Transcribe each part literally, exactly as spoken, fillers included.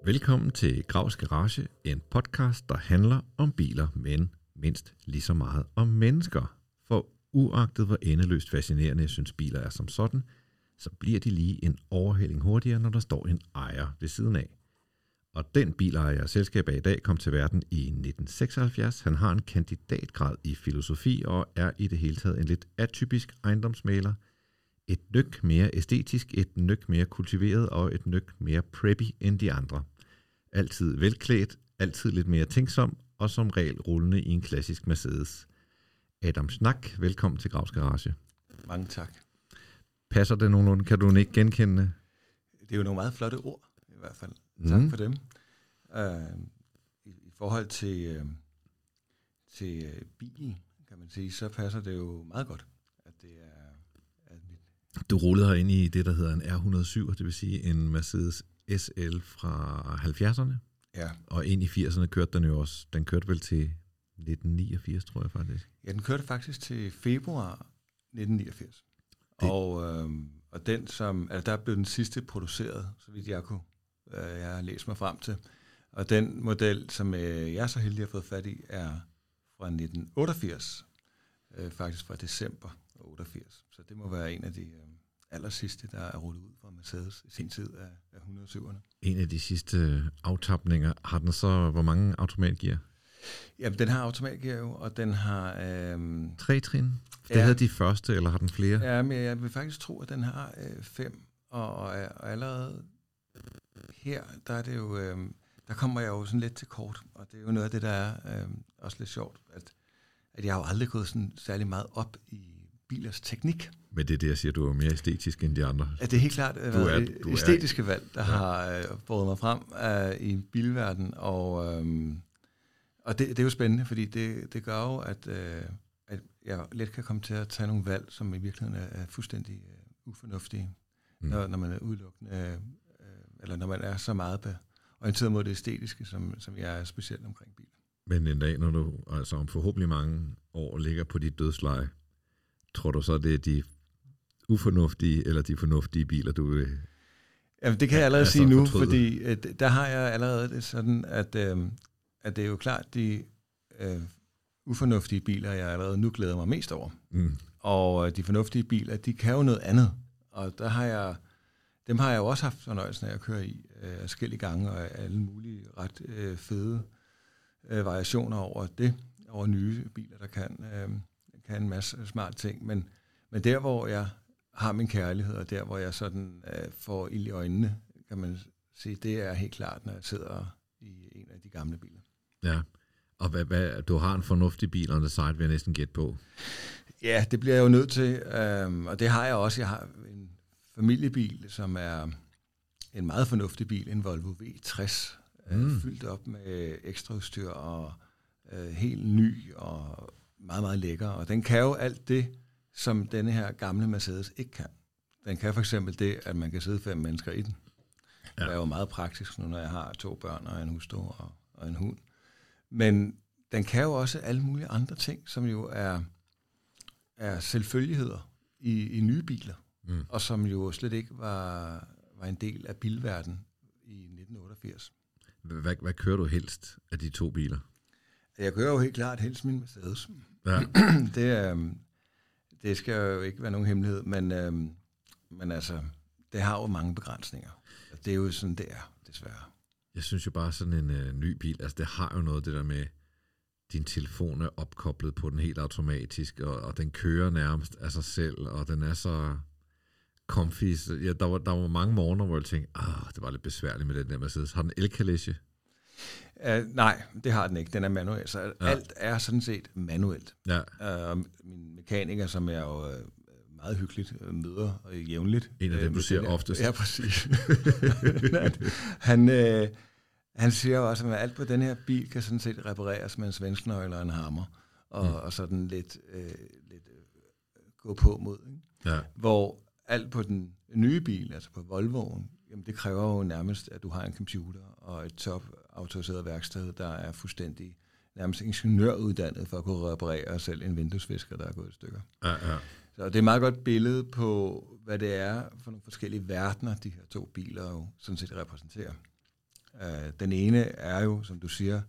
Velkommen til Gravs Garage, en podcast, der handler om biler, men mindst lige så meget om mennesker. For uagtet hvor endeløst fascinerende jeg synes biler er som sådan, så bliver de lige en overhælling hurtigere, når der står en ejer ved siden af. Og den bilejer, jeg er selskab af i dag, kom til verden i nitten seksoghalvfjerds. Han har en kandidatgrad i filosofi og er i det hele taget en lidt atypisk ejendomsmægler. Et nøk mere æstetisk, et nøk mere kultiveret og et nøk mere preppy end de andre. Altid velklædt, altid lidt mere tænksom og som regel rullende i en klassisk Mercedes. Adam Schnack, velkommen til Gravs Garage. Mange tak. Passer det nogenlunde? Kan du ikke genkende? Det er jo nogle meget flotte ord, i hvert fald. Tak mm. for dem. Uh, i, I forhold til, uh, til uh, bilen, kan man sige, så passer det jo meget godt, at det er... At mit... Du rullede her ind i det, der hedder en R et hundrede og syv, det vil sige en Mercedes S L fra halvfjerdserne. Ja. Og ind i firserne kørte den jo også. Den kørte vel til nitten niogfirs, tror jeg faktisk. Ja, den kørte faktisk til februar nitten niogfirs. Det... Og, øh, og den, som... Altså, der blev den sidste produceret, så vidt jeg kunne... Øh, jeg har læst mig frem til. Og den model, som øh, jeg er så heldig at have fået fat i, er fra nitten otteogfirs. Øh, faktisk fra december otteogfirs. Så det må være en af de... Øh, aller sidste, der er rullet ud fra Mercedes i sin tid af, af et hundrede og syverne. En af de sidste aftapninger. Har den så hvor mange automatgear? Jamen, den har automatgear jo, og den har... Øhm, Tre trin? Det ja, havde de første, eller har den flere? Ja, men jeg vil faktisk tro, at den har øh, fem, og, og, og allerede her, der er det jo... Øh, der kommer jeg jo sådan lidt til kort, og det er jo noget af det, der er øh, også lidt sjovt, at, at jeg har jo aldrig gået sådan særlig meget op i bilers teknik. Men det er det, jeg siger, du er mere æstetisk end de andre. Ja, det er helt klart du er, du æstetiske er, valg, der ja. har øh, båret mig frem øh, i bilverdenen, og, øh, og det, det er jo spændende, fordi det, det gør jo, at, øh, at jeg let kan komme til at tage nogle valg, som i virkeligheden er, er fuldstændig øh, ufornuftige, mm. når, når man er udelukkende, øh, eller når man er så meget orienteret mod det æstetiske, som, som jeg er specielt omkring biler. Men en dag, når du altså om forhåbentlig mange år ligger på dit dødsleje, tror du så, det er de ufornuftige eller de fornuftige biler, du vil... Jamen, det kan jeg allerede sige nu, fortryde. Fordi at, der har jeg allerede det sådan, at, øh, at det er jo klart, de øh, ufornuftige biler, jeg allerede nu glæder mig mest over. Mm. Og øh, de fornuftige biler, de kan jo noget andet. Og der har jeg, dem har jeg jo også haft fornøjelsen af at køre i øh, forskellige gange, og alle mulige ret øh, fede øh, variationer over det, over nye biler, der kan... Øh, kan en masse smart ting, men, men der, hvor jeg har min kærlighed, og der, hvor jeg sådan øh, får ild i øjnene, kan man sige, det er helt klart, når jeg sidder i en af de gamle biler. Ja, og hvad, hvad, du har en fornuftig bil on the side, vil jeg næsten gætte på. Ja, det bliver jeg jo nødt til, øh, og det har jeg også. Jeg har en familiebil, som er en meget fornuftig bil, en Volvo V tres, mm. øh, fyldt op med ekstra udstyr og øh, helt ny og meget, meget lækker, og den kan jo alt det, som denne her gamle Mercedes ikke kan. Den kan for eksempel det, at man kan sidde fem mennesker i den. Ja. Det er jo meget praktisk nu, når jeg har to børn og en hustru og, og en hund. Men den kan jo også alle mulige andre ting, som jo er, er selvfølgeligheder i, i nye biler, mm. og som jo slet ikke var, var en del af bilverdenen i nitten otteogfirs. Hvad, hvad kører du helst af de to biler? Jeg kører jo helt klart helst min Mercedes. Ja. det, øh, det skal jo ikke være nogen hemmelighed, men, øh, men altså, det har jo mange begrænsninger. Det er jo sådan, det er, desværre. Jeg synes jo bare, sådan en øh, ny bil, altså det har jo noget det der med, din telefon er opkoblet på den helt automatisk, og, og den kører nærmest af sig selv, og den er så comfy. Ja, der, var, der var mange morgener, hvor jeg tænkte, ah, det var lidt besværligt med den der Mercedes. Har den elkalesje? Uh, nej, det har den ikke. Den er manuel, så ja. Alt er sådan set manuelt. Ja. Uh, min mekaniker, som er jo uh, meget hyggeligt, møder uh, jævnligt. En af dem, uh, du siger oftest. Ja, præcis. han, uh, han siger jo også, at alt på den her bil kan sådan set repareres med en svensknøgle og en hammer, og, mm. og sådan lidt, uh, lidt uh, gå på mod. Ikke? Ja. Hvor alt på den nye bil, altså på Volvoen, jamen det kræver jo nærmest, at du har en computer og et top autoriseret værksted, der er fuldstændig nærmest ingeniøruddannet for at kunne reparere selv en vinduesvisker, der er gået i stykker. Ja, ja. Så det er et meget godt billede på, hvad det er for nogle forskellige verdener, de her to biler jo sådan set repræsenterer. Uh, den ene er jo, som du siger,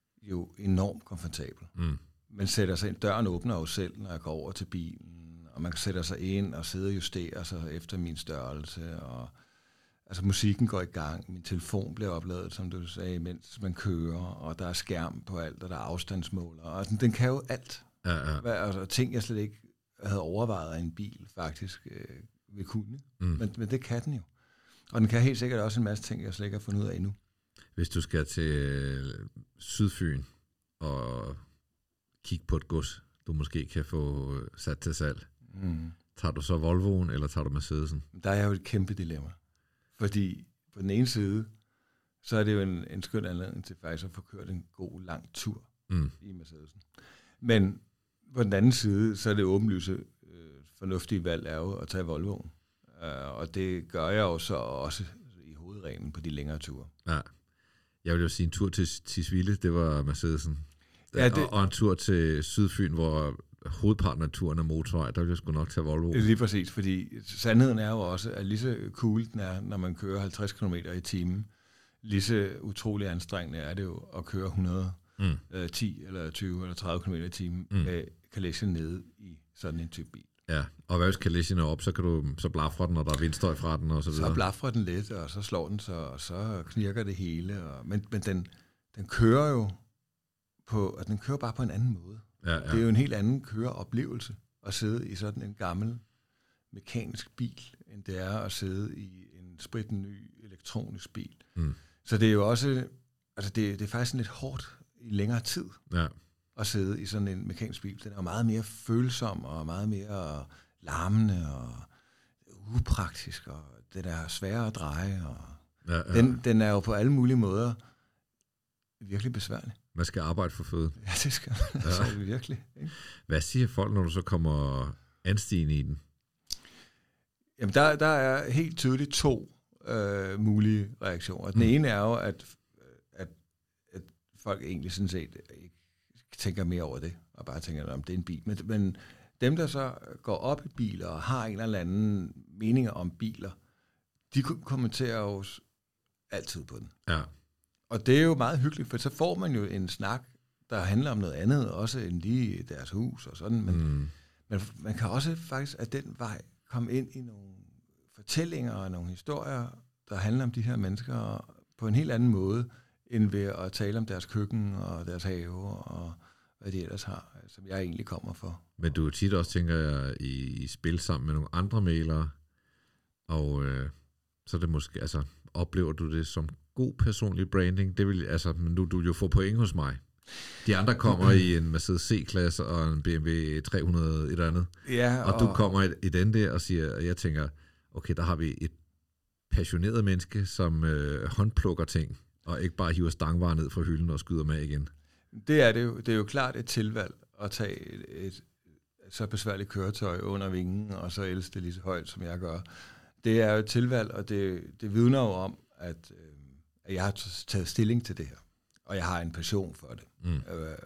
jo enormt komfortabel. Mm. Man sætter sig ind, døren åbner jo selv, når jeg går over til bilen, og man sætter sig ind og sidder og justerer sig efter min størrelse, og altså musikken går i gang, min telefon bliver opladet, som du sagde, mens man kører, og der er skærm på alt, og der er afstandsmåler, og den, den kan jo alt. Ja, ja. Hvad, altså, ting, jeg slet ikke havde overvejet af en bil, faktisk, øh, vil kunne. Mm. Men, men det kan den jo. Og den kan helt sikkert også en masse ting, jeg slet ikke har fundet ud af endnu. Hvis du skal til Sydfyn og kigge på et gods, du måske kan få sat til salg, mm. tager du så Volvoen, eller tager du Mercedesen? Der er jo et kæmpe dilemma. Fordi på den ene side, så er det jo en, en skøn anledning til faktisk at få kørt en god, lang tur mm. i Mercedesen. Men på den anden side, så er det åbenlyse øh, fornuftige valg er jo at tage Volvoen. Uh, og det gør jeg jo så også i hovedreglen på de længere ture. Ja. Jeg vil jo sige, en tur til Tisvilde, det var Mercedesen. Ja, det... og, og en tur til Sydfyn, hvor hovedparten af turen er motorvej, der vil jeg sgu nok tage Volvo. Lige præcis, fordi sandheden er jo også, at lige så cool den er, når man kører halvtreds kilometer i timen, lige så utrolig anstrengende er det jo at køre hundrede, mm. øh, ti eller tyve eller tredive kilometer i timen mm. med kalesjen nede i sådan en type bil. Ja, og hvad hvis kalesjen er op, så kan du så blafre den, og der er vindstøj fra den og så videre. Så blafrer den lidt, og så slår den så, og så knirker det hele. Og, men men den, den kører jo på, og den kører bare på en anden måde. Ja, ja. Det er jo en helt anden køreoplevelse at sidde i sådan en gammel mekanisk bil, end det er at sidde i en spritny ny elektronisk bil. Mm. Så det er jo også, altså det, det er faktisk lidt hårdt i længere tid. Ja. At sidde i sådan en mekanisk bil. Den er jo meget mere følsom og meget mere larmende og upraktisk, og den er sværere at dreje. Og ja, ja. Den, den er jo på alle mulige måder virkelig besværlig. Man skal arbejde for føde. Ja, det skal man ja. altså virkelig. Ikke? Hvad siger folk, når du så kommer anstigende i den? Jamen, der, der er helt tydeligt to øh, mulige reaktioner. Den mm. ene er jo, at, at, at folk egentlig sådan set ikke tænker mere over det, og bare tænker, om det er en bil. Men, men dem, der så går op i biler og har en eller anden meninger om biler, de kommenterer jo altid på den. Ja. Og det er jo meget hyggeligt, for så får man jo en snak, der handler om noget andet, også end lige deres hus og sådan. Men, mm. men man kan også faktisk af den vej komme ind i nogle fortællinger og nogle historier, der handler om de her mennesker på en helt anden måde, end ved at tale om deres køkken og deres have og hvad de ellers har, som jeg egentlig kommer for. Men du tit også, tænker jeg, i, i spil sammen med nogle andre malere, og øh, så er det måske, altså, oplever du det som god personlig branding? Det vil, altså, nu du jo får point hos mig. De andre kommer i en Mercedes C-klasse og en B M W tre hundrede et eller andet, ja, og, og du kommer i, i den der og siger, og jeg tænker, okay, der har vi et passioneret menneske, som øh, håndplukker ting, og ikke bare hiver stangvarer ned fra hylden og skyder med igen. Det er det jo. Det er jo klart et tilvalg at tage et, et, et så besværligt køretøj under vingen, og så elske det lige så højt, som jeg gør. Det er jo et tilvalg, og det, det vidner jo om, at, øh, at jeg har taget stilling til det her, og jeg har en passion for det. Mm. Øh,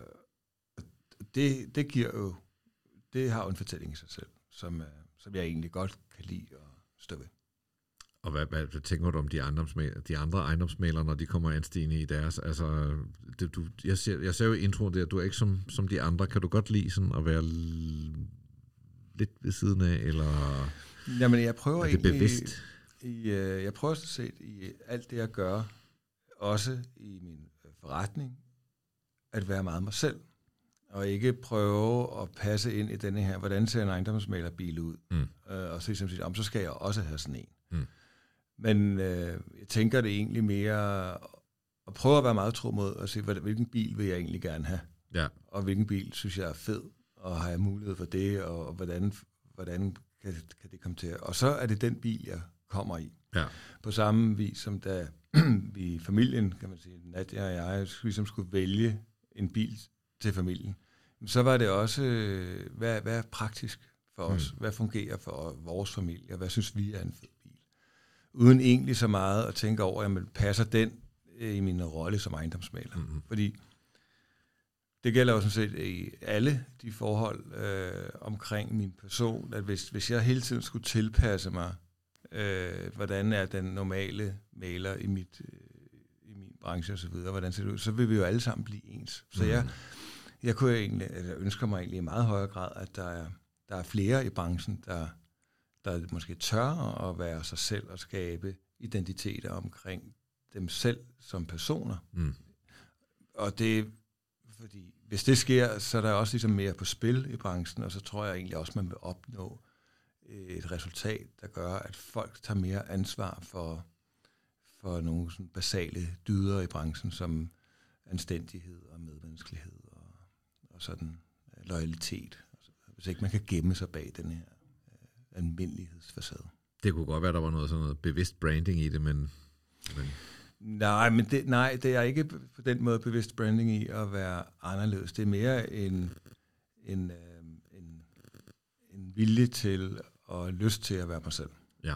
det, det giver jo, det har jo en fortælling i sig selv, som, øh, som jeg egentlig godt kan lide at stå ved. Og hvad, hvad tænker du om de andre, de andre ejendomsmælere, når de kommer anstigende i deres? Altså, det, du, jeg, ser, jeg ser jo i introen der, du er ikke som, som de andre. Kan du godt lide sådan at være l- lidt ved siden af, eller Jamen, jeg prøver er det egentlig, bevidst? I, jeg prøver sådan set i alt det, jeg gør, også i min forretning, at være meget mig selv. Og ikke prøve at passe ind i denne her, hvordan ser en ejendomsmælerbil ud? Mm. Og så ligesom sige, om så skal jeg også have sådan en. Mm. Men øh, jeg tænker det egentlig mere at prøve at være meget tro mod at se, hvilken bil vil jeg egentlig gerne have. Ja. Og hvilken bil synes jeg er fed, og har jeg mulighed for det, og hvordan, hvordan kan, kan det komme til. Og så er det den bil, jeg kommer i. Ja. På samme vis som da vi i familien, kan man sige, Nadia og jeg, ligesom skulle vælge en bil til familien, så var det også, hvad, hvad er praktisk for os? Mm. Hvad fungerer for vores familie? Hvad synes vi er en fed bil? Uden egentlig så meget at tænke over, jamen passer den i min rolle som ejendomsmægler? Mm-hmm. Fordi det gælder jo sådan set i alle de forhold øh, omkring min person, at hvis, hvis jeg hele tiden skulle tilpasse mig, øh, hvordan er den normale mægler i, mit, øh, i min branche og så videre, hvordan ser det ud, så vil vi jo alle sammen blive ens. Så mm. jeg, jeg kunne egentlig, eller ønsker mig egentlig i meget højere grad, at der er, der er flere i branchen, der, der måske tør at være sig selv og skabe identiteter omkring dem selv som personer. Mm. Og det, fordi hvis det sker, så er der også ligesom mere på spil i branchen, og så tror jeg egentlig også, man vil opnå et resultat, der gør, at folk tager mere ansvar for, for nogle sådan basale dyder i branchen, som anstændighed og medmenneskelighed og, og sådan loyalitet. Hvis ikke man kan gemme sig bag den her uh, almindelighedsfacade. Det kunne godt være, der var noget sådan noget bevidst branding i det, men... men Nej, men det, nej, det er ikke på den måde bevidst branding i at være anderledes. Det er mere en, en, øh, en, en vilje til og lyst til at være mig selv. Ja.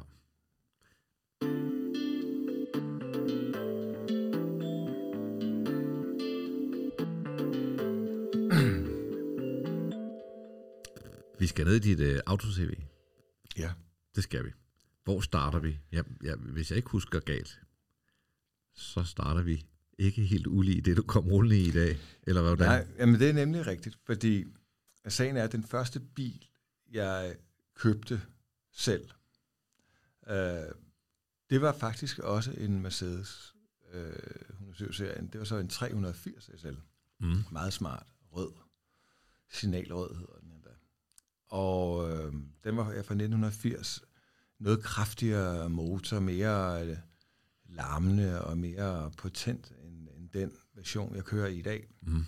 Vi skal ned i dit uh, auto-C V. Ja. Det skal vi. Hvor starter vi? Ja, ja, hvis jeg ikke husker galt, så starter vi ikke helt ulige det, du kom rullende i i dag, eller hvordan? Nej, jamen det er nemlig rigtigt, fordi sagen er, at den første bil, jeg købte selv, øh, det var faktisk også en Mercedes øh, hundrede syv-serien. Det var så en tre hundrede og firs S L. Mm. Meget smart, rød. Signalrød hedder den endda. Og øh, den var fra nitten firs. Noget kraftigere motor, mere øh, larmende og mere potent end, end den version, jeg kører i i dag. Mm.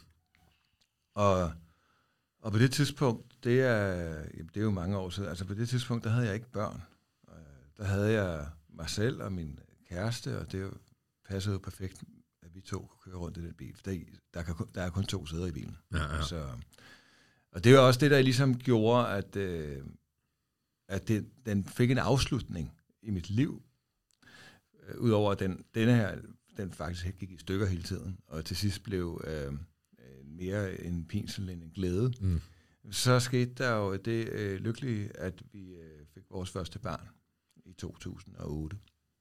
Og, og på det tidspunkt, det er, jamen, det er jo mange år siden, altså på det tidspunkt, der havde jeg ikke børn. Der havde jeg mig selv og min kæreste, og det passede jo perfekt, at vi to kunne køre rundt i den bil. For der, der, kan, der er kun to sæder i bilen. Ja, ja. Så, og det var også det, der ligesom gjorde, at, øh, at det, den fik en afslutning i mit liv. Øh, Udover at den, denne her, den faktisk gik i stykker hele tiden, og til sidst blev øh, mere en pinsel end en glæde. Mm. Så skete der jo det øh, lykkelige, at vi øh, fik vores første barn i to tusind og otte.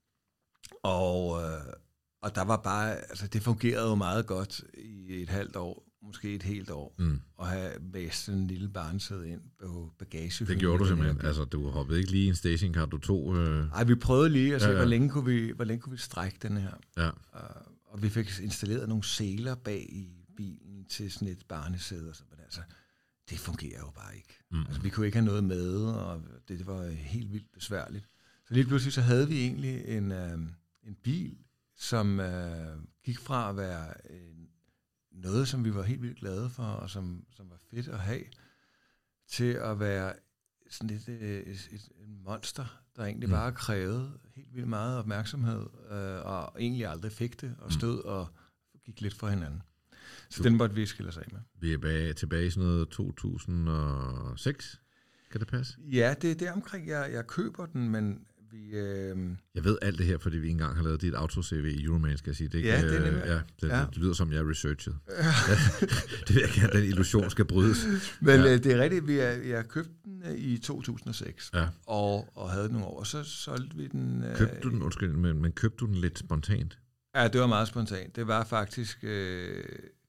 Og, øh, og der var bare, altså det fungerede jo meget godt i et halvt år, måske et helt år, mm. at have mast en lille barnsæde ind på bagage. Det gjorde du simpelthen. Altså, du hoppede ikke lige i en stationcar, du tog... Nej, øh... vi prøvede lige at se, ja, ja. hvor længe kunne vi, hvor længe kunne vi strække den her. Ja. Og, og vi fik installeret nogle seler bag i bilen til sådan et barnesæde, og så, men altså, det fungerer jo bare ikke. Mm. Altså, vi kunne ikke have noget med, og det, det var helt vildt besværligt. Så lige pludselig så havde vi egentlig en, øh, en bil, som øh, gik fra at være en, noget, som vi var helt vildt glade for, og som, som var fedt at have, til at være sådan lidt et, et, et monster, der egentlig mm. bare krævede helt vildt meget opmærksomhed, øh, og egentlig aldrig fik det, og stod mm. og gik lidt for hinanden. Så du, den måtte vi skille os af med. Vi er bag, tilbage i sådan noget to tusind og seks. Kan det passe? Ja, det er der omkring, jeg, jeg køber den, men vi... Øh... Jeg ved alt det her, fordi vi engang har lavet dit auto-C V i Euroman, skal jeg sige. Det, ja, det er nemlig. Ja, det, ja. Det lyder som, jeg har researchet. Ja. Det vil jeg gerne, den illusion skal brydes. Men ja. øh, det er rigtigt, vi er, jeg købte den i to tusind og seks, ja. og, og havde den nogle år, og så solgte vi den... Øh... Købte du den, undskyld, men, men købte du den lidt spontant? Ja, det var meget spontant. Det var faktisk... Øh...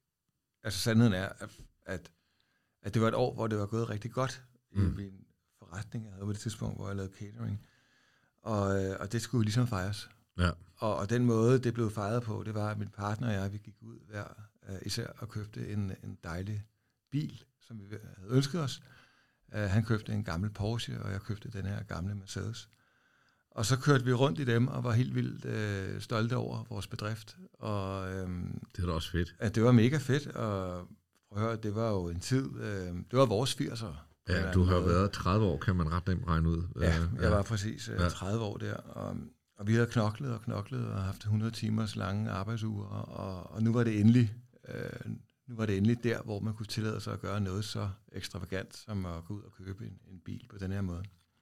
Altså, sandheden er, at, at, at det var et år, hvor det var gået rigtig godt mm. i min forretning. Jeg havde på det tidspunkt, hvor jeg lavede catering. Og, og det skulle ligesom fejres. Ja. Og, og den måde, det blev fejret på, det var, at min partner og jeg, vi gik ud hver uh, især og købte en, en dejlig bil, som vi havde ønsket os. Uh, han købte en gammel Porsche, og jeg købte den her gamle Mercedes. Og så kørte vi rundt i dem, og var helt vildt uh, stolte over vores bedrift. Og, um, det var da også fedt. At det var mega fedt, og prøv at høre, det var jo en tid, uh, det var vores firsere. Ja, du har jo været tredive år, kan man ret nemt regne ud. Ja, jeg ja. var præcis uh, tredive år der, og, og vi havde knoklet og knoklet og haft hundrede timers lange arbejdsuger, og, og nu var det endelig, uh, nu var det endelig der, hvor man kunne tillade sig at gøre noget så ekstravagant, som at gå ud og købe en, en bil på den her måde.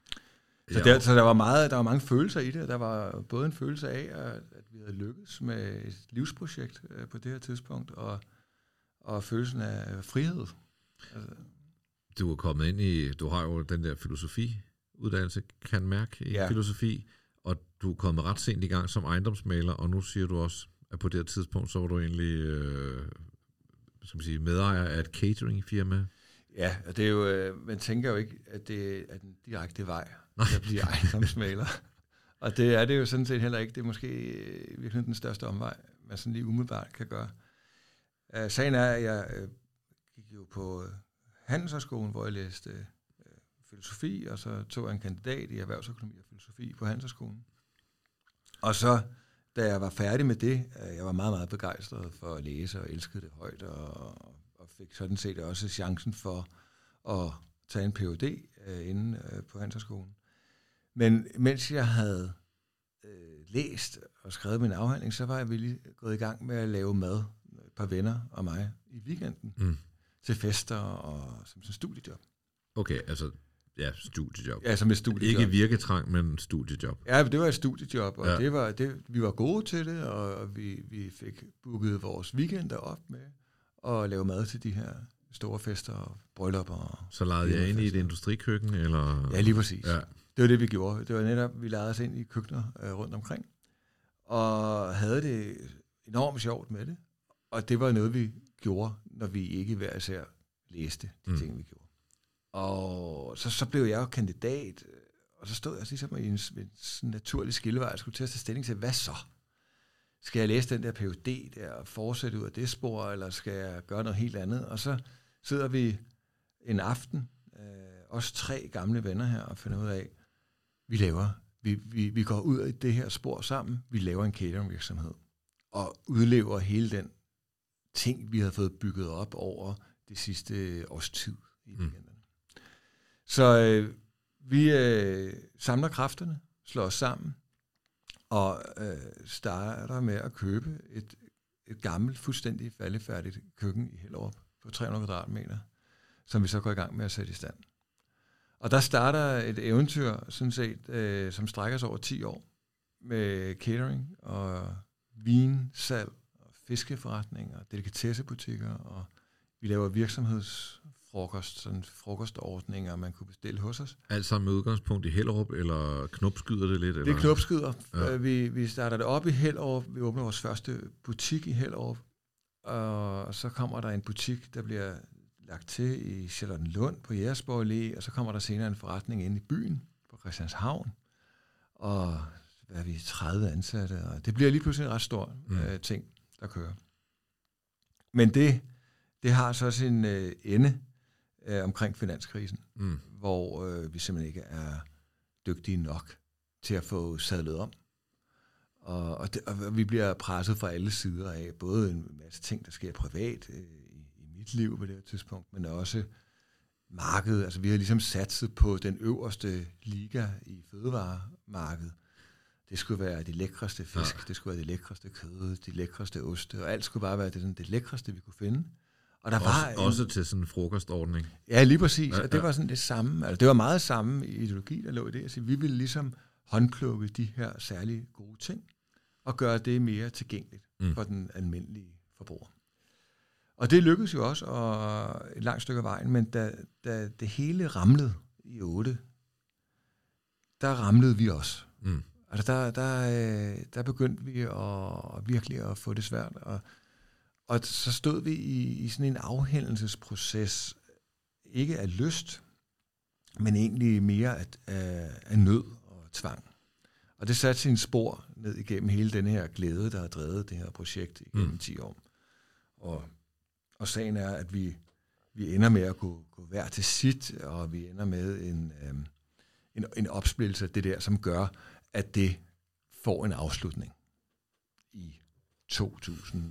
Så, der, så der var meget, der var mange følelser i det. Der var både en følelse af, at, at vi havde lykkes med et livsprojekt uh, på det her tidspunkt, og, og følelsen af frihed. Altså, du er kommet ind i, du har jo den der filosofiuddannelse, kan mærke i ja. filosofi, og du er kommet ret sent i gang som ejendomsmaler, og nu siger du også, at på det her tidspunkt, så var du egentlig øh, skal man sige, medejer af et cateringfirma? Ja, og det er jo, øh, man tænker jo ikke, at det er den direkte vej til at blive ejendomsmægler. Og det er det jo sådan set heller ikke. Det er måske virkelig den største omvej, man sådan lige umiddelbart kan gøre. Uh, sagen er, at jeg uh, gik jo på uh, Handelshøjskolen, hvor jeg læste uh, filosofi, og så tog jeg en kandidat i erhvervsøkonomi og filosofi på Handelshøjskolen. Og så, da jeg var færdig med det, uh, jeg var meget, meget begejstret for at læse og elskede det højt, og, og fik sådan set også chancen for at tage en P H D uh, inde uh, på Handelshøjskolen. Men mens jeg havde øh, læst og skrevet min afhandling, så var jeg virkelig gået i gang med at lave mad, et par venner og mig, i weekenden, mm. til fester og som sådan studiejob. Okay, altså, ja, studiejob. Ja, som et studiejob. Ikke virketrang, men studiejob. Ja, det var et studiejob, og ja. det var, det, vi var gode til det, og vi, vi fik booket vores weekender op med at lave mad til de her store fester og bryllupper. Så lejede jeg ind i et industrikøkken, eller? Ja, lige præcis. Ja. Det var det, vi gjorde. Det var netop, vi lejede os ind i køkkener øh, rundt omkring, og havde det enormt sjovt med det. Og det var noget, vi gjorde, når vi ikke hver især læste de mm. ting, vi gjorde. Og så, så blev jeg jo kandidat, og så stod jeg ligesom i en, en naturlig skillevej, jeg skulle til at tage stilling til, hvad så? Skal jeg læse den der P H D der, og fortsætte ud af det spor, eller skal jeg gøre noget helt andet? Og så sidder vi en aften, øh, os tre gamle venner her, og finder ud af, vi laver, vi, vi, vi går ud af det her spor sammen, vi laver en cateringvirksomhed, og udlever hele den ting, vi har fået bygget op over det sidste års tid i weekenderne. Mm. Så øh, vi øh, samler kræfterne, slår os sammen, og øh, starter med at købe et, et gammelt, fuldstændig faldefærdigt køkken i Hellerup på tre hundrede kvadratmeter, som vi så går i gang med at sætte i stand. Og der starter et eventyr, sådan set, øh, som strækker sig over ti år, med catering og vinsalg og fiskeforretninger, delikatessebutikker, og vi laver virksomhedsfrokost, sådan frokostordninger, man kunne bestille hos os. Alt sammen med udgangspunkt i Hellerup, eller knopskyder det lidt? Eller? Det er knopskyder. Ja. Vi, vi starter det op i Hellerup, vi åbner vores første butik i Hellerup, og så kommer der en butik, der bliver lagt til i Charlottenlund på Jægersborg Allé, og så kommer der senere en forretning inde i byen på Christianshavn, og hvad er vi, tredive ansatte, og det bliver lige pludselig en ret stor mm. øh, ting, der kører. Men det, det har så sin øh, ende øh, omkring finanskrisen, mm. hvor øh, vi simpelthen ikke er dygtige nok til at få sadlet om. Og, og, det, og vi bliver presset fra alle sider af, både en masse ting, der sker privat øh, i, i mit liv på det her tidspunkt, men også markedet. Altså vi har ligesom satset på den øverste liga i fødevaremarkedet. Det skulle være de lækreste fisk, ja. Det skulle være de lækreste kød, de lækreste oste, og alt skulle bare være det, sådan, det lækreste, vi kunne finde. Og der også, var en, også til sådan en frokostordning. Ja, lige præcis. Ja, og det ja. var sådan det samme. Altså, det var meget samme ideologi, der lå i det. Altså, vi ville ligesom håndplukke de her særlige gode ting, og gøre det mere tilgængeligt mm. for den almindelige forbruger. Og det lykkedes jo også og et langt stykke af vejen, men da, da det hele ramlede i otte, der ramlede vi også. Mm. Altså der, der, der begyndte vi at, virkelig at få det svært, og, og så stod vi i, i sådan en afhændelsesproces, ikke af lyst, men egentlig mere af, af, af nød og tvang. Og det satte sin spor ned igennem hele den her glæde, der har drevet det her projekt igennem mm. ti år. Og, og sagen er, at vi, vi ender med at gå, gå hver til sit, og vi ender med en, øhm, en, en opsplittelse af det der, som gør, at det får en afslutning i to tusind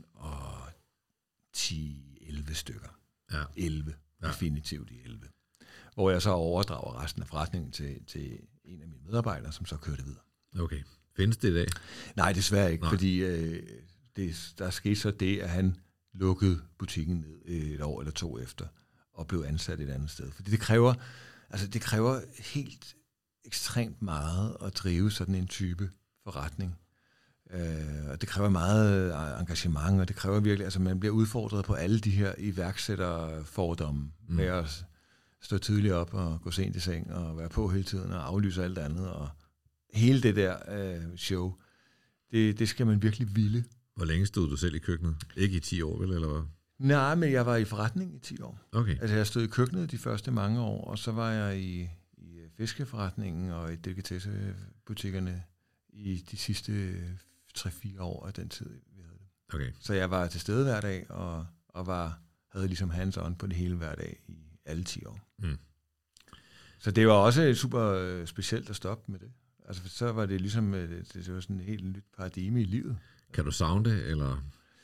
ti elleve stykker. Ja. elleve, ja. Definitivt i elleve. Hvor jeg så overdrager resten af forretningen til, til en af mine medarbejdere, som så kører det videre. Okay. Findes det i dag? Nej, desværre ikke, Nej. fordi øh, det, der skete så det, at han lukkede butikken ned et år eller to efter, og blev ansat et andet sted. Fordi det kræver, altså det kræver helt ekstremt meget at drive sådan en type forretning. Øh, og det kræver meget engagement, og det kræver virkelig, altså man bliver udfordret på alle de her iværksætterfordomme, mm. med at stå tidligt op og gå sent i seng, og være på hele tiden, og aflyse alt andet, og hele det der øh, show, det, det skal man virkelig ville Hvor længe stod du selv i køkkenet? Ikke i ti år, vel? Eller hvad? Nej, men jeg var i forretning i ti år. Okay. Altså, jeg stod i køkkenet de første mange år, og så var jeg i, i fiskeforretningen og i delikatessebutikkerne i de sidste tre fire år af den tid, vi havde det. Okay. Så jeg var til stede hver dag, og, og var, havde ligesom hands on på det hele hver dag i alle ti år. Mm. Så det var også super specielt at stoppe med det. Altså, så var det ligesom, det, det var sådan et helt nyt paradigme i livet. Kan du savne det, eller?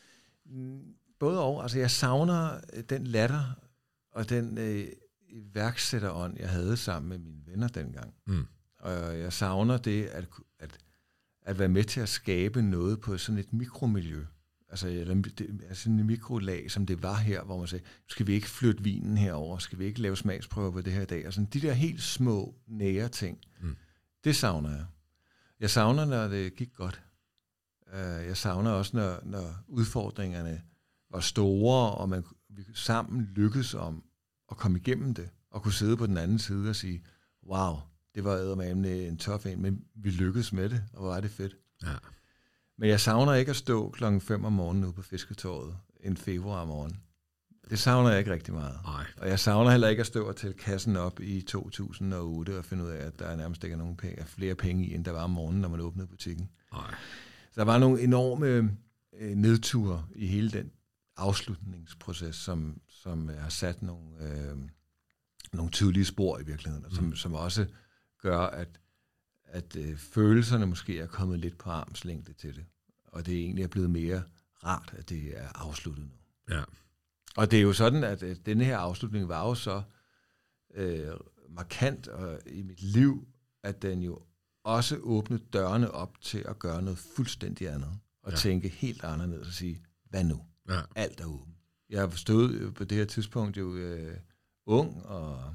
Både og. Altså, jeg savner den latter og den øh, iværksætterånd, jeg havde sammen med mine venner dengang. Mm. Og jeg savner det, at, at, at være med til at skabe noget på sådan et mikromiljø. Altså, eller, det, altså en mikrolag, som det var her, hvor man sagde, skal vi ikke flytte vinen herover? Skal vi ikke lave smagsprøver på det her i dag? Og sådan, de der helt små, nære ting, mm. det savner jeg. Jeg savner, når det gik godt. Jeg savner også, når, når udfordringerne var store, og man, vi sammen lykkedes om at komme igennem det, og kunne sidde på den anden side og sige, wow, det var eddermame en tough en, men vi lykkedes med det, og hvor var det fedt. Ja. Men jeg savner ikke at stå klokken fem om morgenen ude på Fisketorvet en februar morgen. Det savner jeg ikke rigtig meget. Ej. Og jeg savner heller ikke at stå og tælle kassen op i to tusind og otte og finde ud af, at der er nærmest ikke nogen penge, flere penge i, end der var om morgenen, når man åbnede butikken. Ej. Så der var nogle enorme øh, nedture i hele den afslutningsproces, som, som har sat nogle, øh, nogle tydelige spor i virkeligheden, og som, mm. som også gør, at, at øh, følelserne måske er kommet lidt på armslængde til det. Og det egentlig er blevet mere rart, at det er afsluttet nu. Ja. Og det er jo sådan, at, at denne her afslutning var jo så øh, markant og, i mit liv, at den jo også åbnede dørene op til at gøre noget fuldstændig andet. Og ja. tænke helt anderledes og sige, hvad nu? Ja. Alt er åbent. Jeg stod på det her tidspunkt jo øh, ung og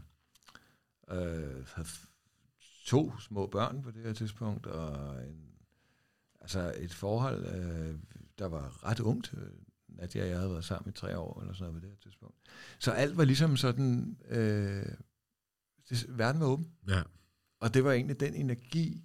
øh, havde to små børn på det her tidspunkt, og en, altså et forhold, øh, der var ret ungt. Nadia og jeg havde været sammen i tre år eller sådan noget på det her tidspunkt. Så alt var ligesom sådan, øh, det, verden var åben. Ja. Og det var egentlig den energi,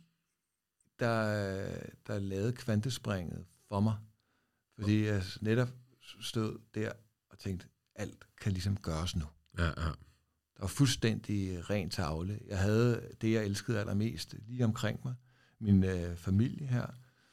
der, der lavede kvantespringet for mig. Fordi jeg netop stod der og tænkte, alt kan ligesom gøres nu. Ja, ja. Der var fuldstændig ren tavle. Jeg havde det, jeg elskede allermest lige omkring mig. Min øh, familie her.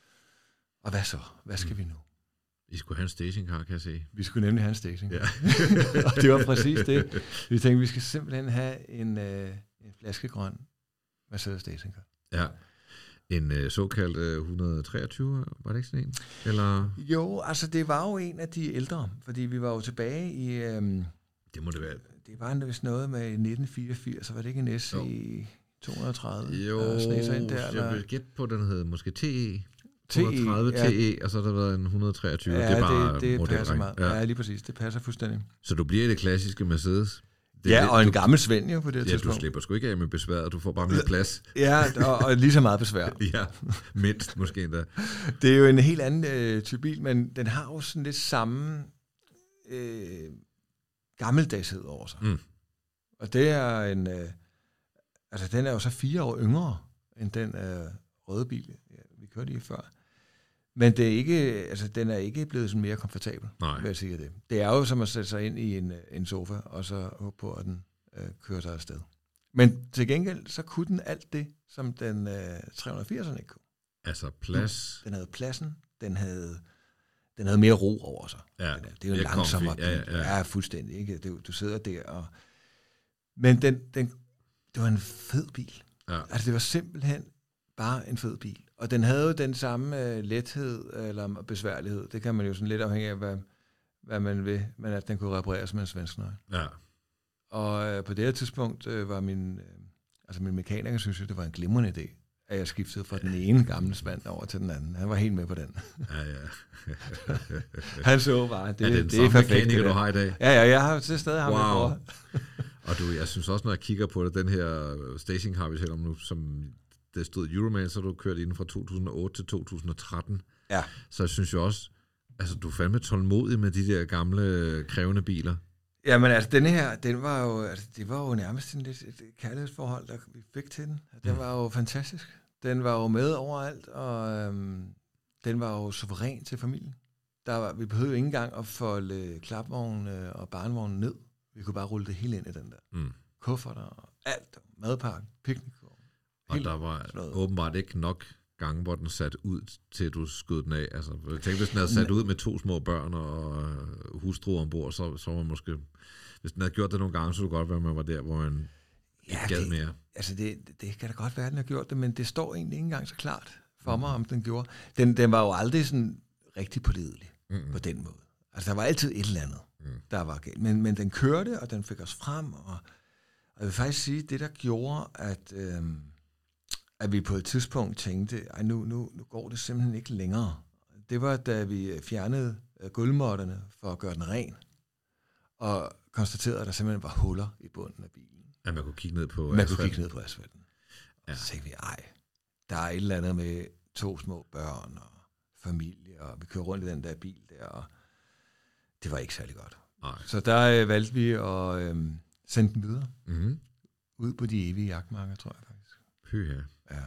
Og hvad så? Hvad skal mm. vi nu? I skulle have en stationcar, kan jeg se. Vi skulle nemlig have en station. Ja. Og det var præcis det. Vi tænkte, vi skal simpelthen have en, øh, en flaskegrøn Mercedes stationcar. Ja. En øh, såkaldt øh, et hundrede treogtyve, var det ikke sådan en? Eller? Jo, altså det var jo en af de ældre, fordi vi var jo tilbage i... Øhm, det må det være. Det var vist noget med nitten fireogfirs, så var det ikke en S E to hundrede og tredive? Jo, ind der, jeg vil gætte på, den hed måske T E. T E, et hundrede og tredive ja. T E, og så har der været en et hundrede og treogtyve. Ja, det er bare det, det passer meget. Ja. ja, lige præcis. Det passer fuldstændig. Så du bliver i det klassiske Mercedes? Det, ja, det, og en du, gammel Svend jo på det ja, tidspunkt. Du slipper sgu ikke af med besværet, du får bare mere plads. Ja, og, og lige så meget besvær. Ja, mindst måske endda. Det er jo en helt anden øh, type bil, men den har jo sådan lidt samme øh, gammeldagshed over sig. Mm. Og det er en... Øh, altså, den er jo så fire år yngre end den øh, røde bil, ja, vi kørte i før. Men det er ikke, altså, den er ikke blevet sådan mere komfortabel, Nej. vil jeg sige det. Det er jo som at sætte sig ind i en, en sofa, og så håbe på, at den øh, kører sig afsted. Men til gengæld, så kunne den alt det, som den øh, tre hundrede og firserne ikke kunne. Altså plads. Den havde pladsen, den havde, den havde mere ro over sig. Ja, den det er jo en langsommere bil. Ja, ja, ja. ja, fuldstændig. Ikke? Du, du sidder der og... Men den, den, det var en fed bil. Ja. Altså, det var simpelthen bare en fed bil. Og den havde jo den samme uh, lethed eller besværlighed. Det kan man jo sådan lidt afhængig af, hvad, hvad man vil. Men at den kunne repareres med en svensk nøgle. Ja. Og uh, på det her tidspunkt uh, var min, uh, altså min mekaniker, synes jeg, det var en glimrende idé, at jeg skiftede fra den ene gamle spand over til den anden. Han var helt med på den. Ja, ja. Han så bare, det, er det, det er perfekt. Mekaniker, du har i dag? Ja, ja, jeg har til stedet ham wow. Og du, jeg synes også, når jeg kigger på det, den her stationcar, vi taler om nu, som det stod Euroman, så du kørt inden fra to tusind og otte til to tusind og tretten. Ja. Så jeg synes jo også, altså du er fandme tålmodig med de der gamle, krævende biler. Jamen altså, denne her, den var jo, altså, det var jo nærmest en lidt et kærlighedsforhold, der vi fik til den. Den mm. var jo fantastisk. Den var jo med overalt, og øhm, den var jo suveræn til familien. der var, vi behøvede ikke engang at folde klapvogne og barnvognen ned. Vi kunne bare rulle det hele ind i den der. Mm. Kufferter og alt. Madpakke, piknikvogn. Og der var slået. Åbenbart ikke nok gange, hvor den sat ud, til du skød den af. Altså, jeg tænkte, hvis den havde sat ud med to små børn og hustru ombord, så, så var måske... Hvis den havde gjort det nogle gange, så kunne det godt være, at man var der, hvor man ikke ja, gad det, mere. Altså, det, det kan da godt være, at den har gjort det, men det står egentlig ikke engang så klart for mm. mig, om den gjorde. Den, den var jo aldrig sådan rigtig pålidelig mm. på den måde. Altså, der var altid et eller andet, mm. der var galt. Men, men den kørte, og den fik os frem, og, og jeg vil faktisk sige, det der gjorde, at... Øhm, at vi på et tidspunkt tænkte, at nu, nu, nu går det simpelthen ikke længere. Det var, da vi fjernede gulvmåtterne for at gøre den ren, og konstaterede, at der simpelthen var huller i bunden af bilen. At man kunne kigge ned på man asfalten? Man kunne kigge ned på asfalten. Ja. Så tænkte vi, ej, der er et eller andet med to små børn og familie, og vi kører rundt i den der bil der, og det var ikke særlig godt. Ej. Så der øh, valgte vi at øh, sende den videre. Mm-hmm. Ud på de evige jagtmarker, tror jeg faktisk. Pyha. Ja.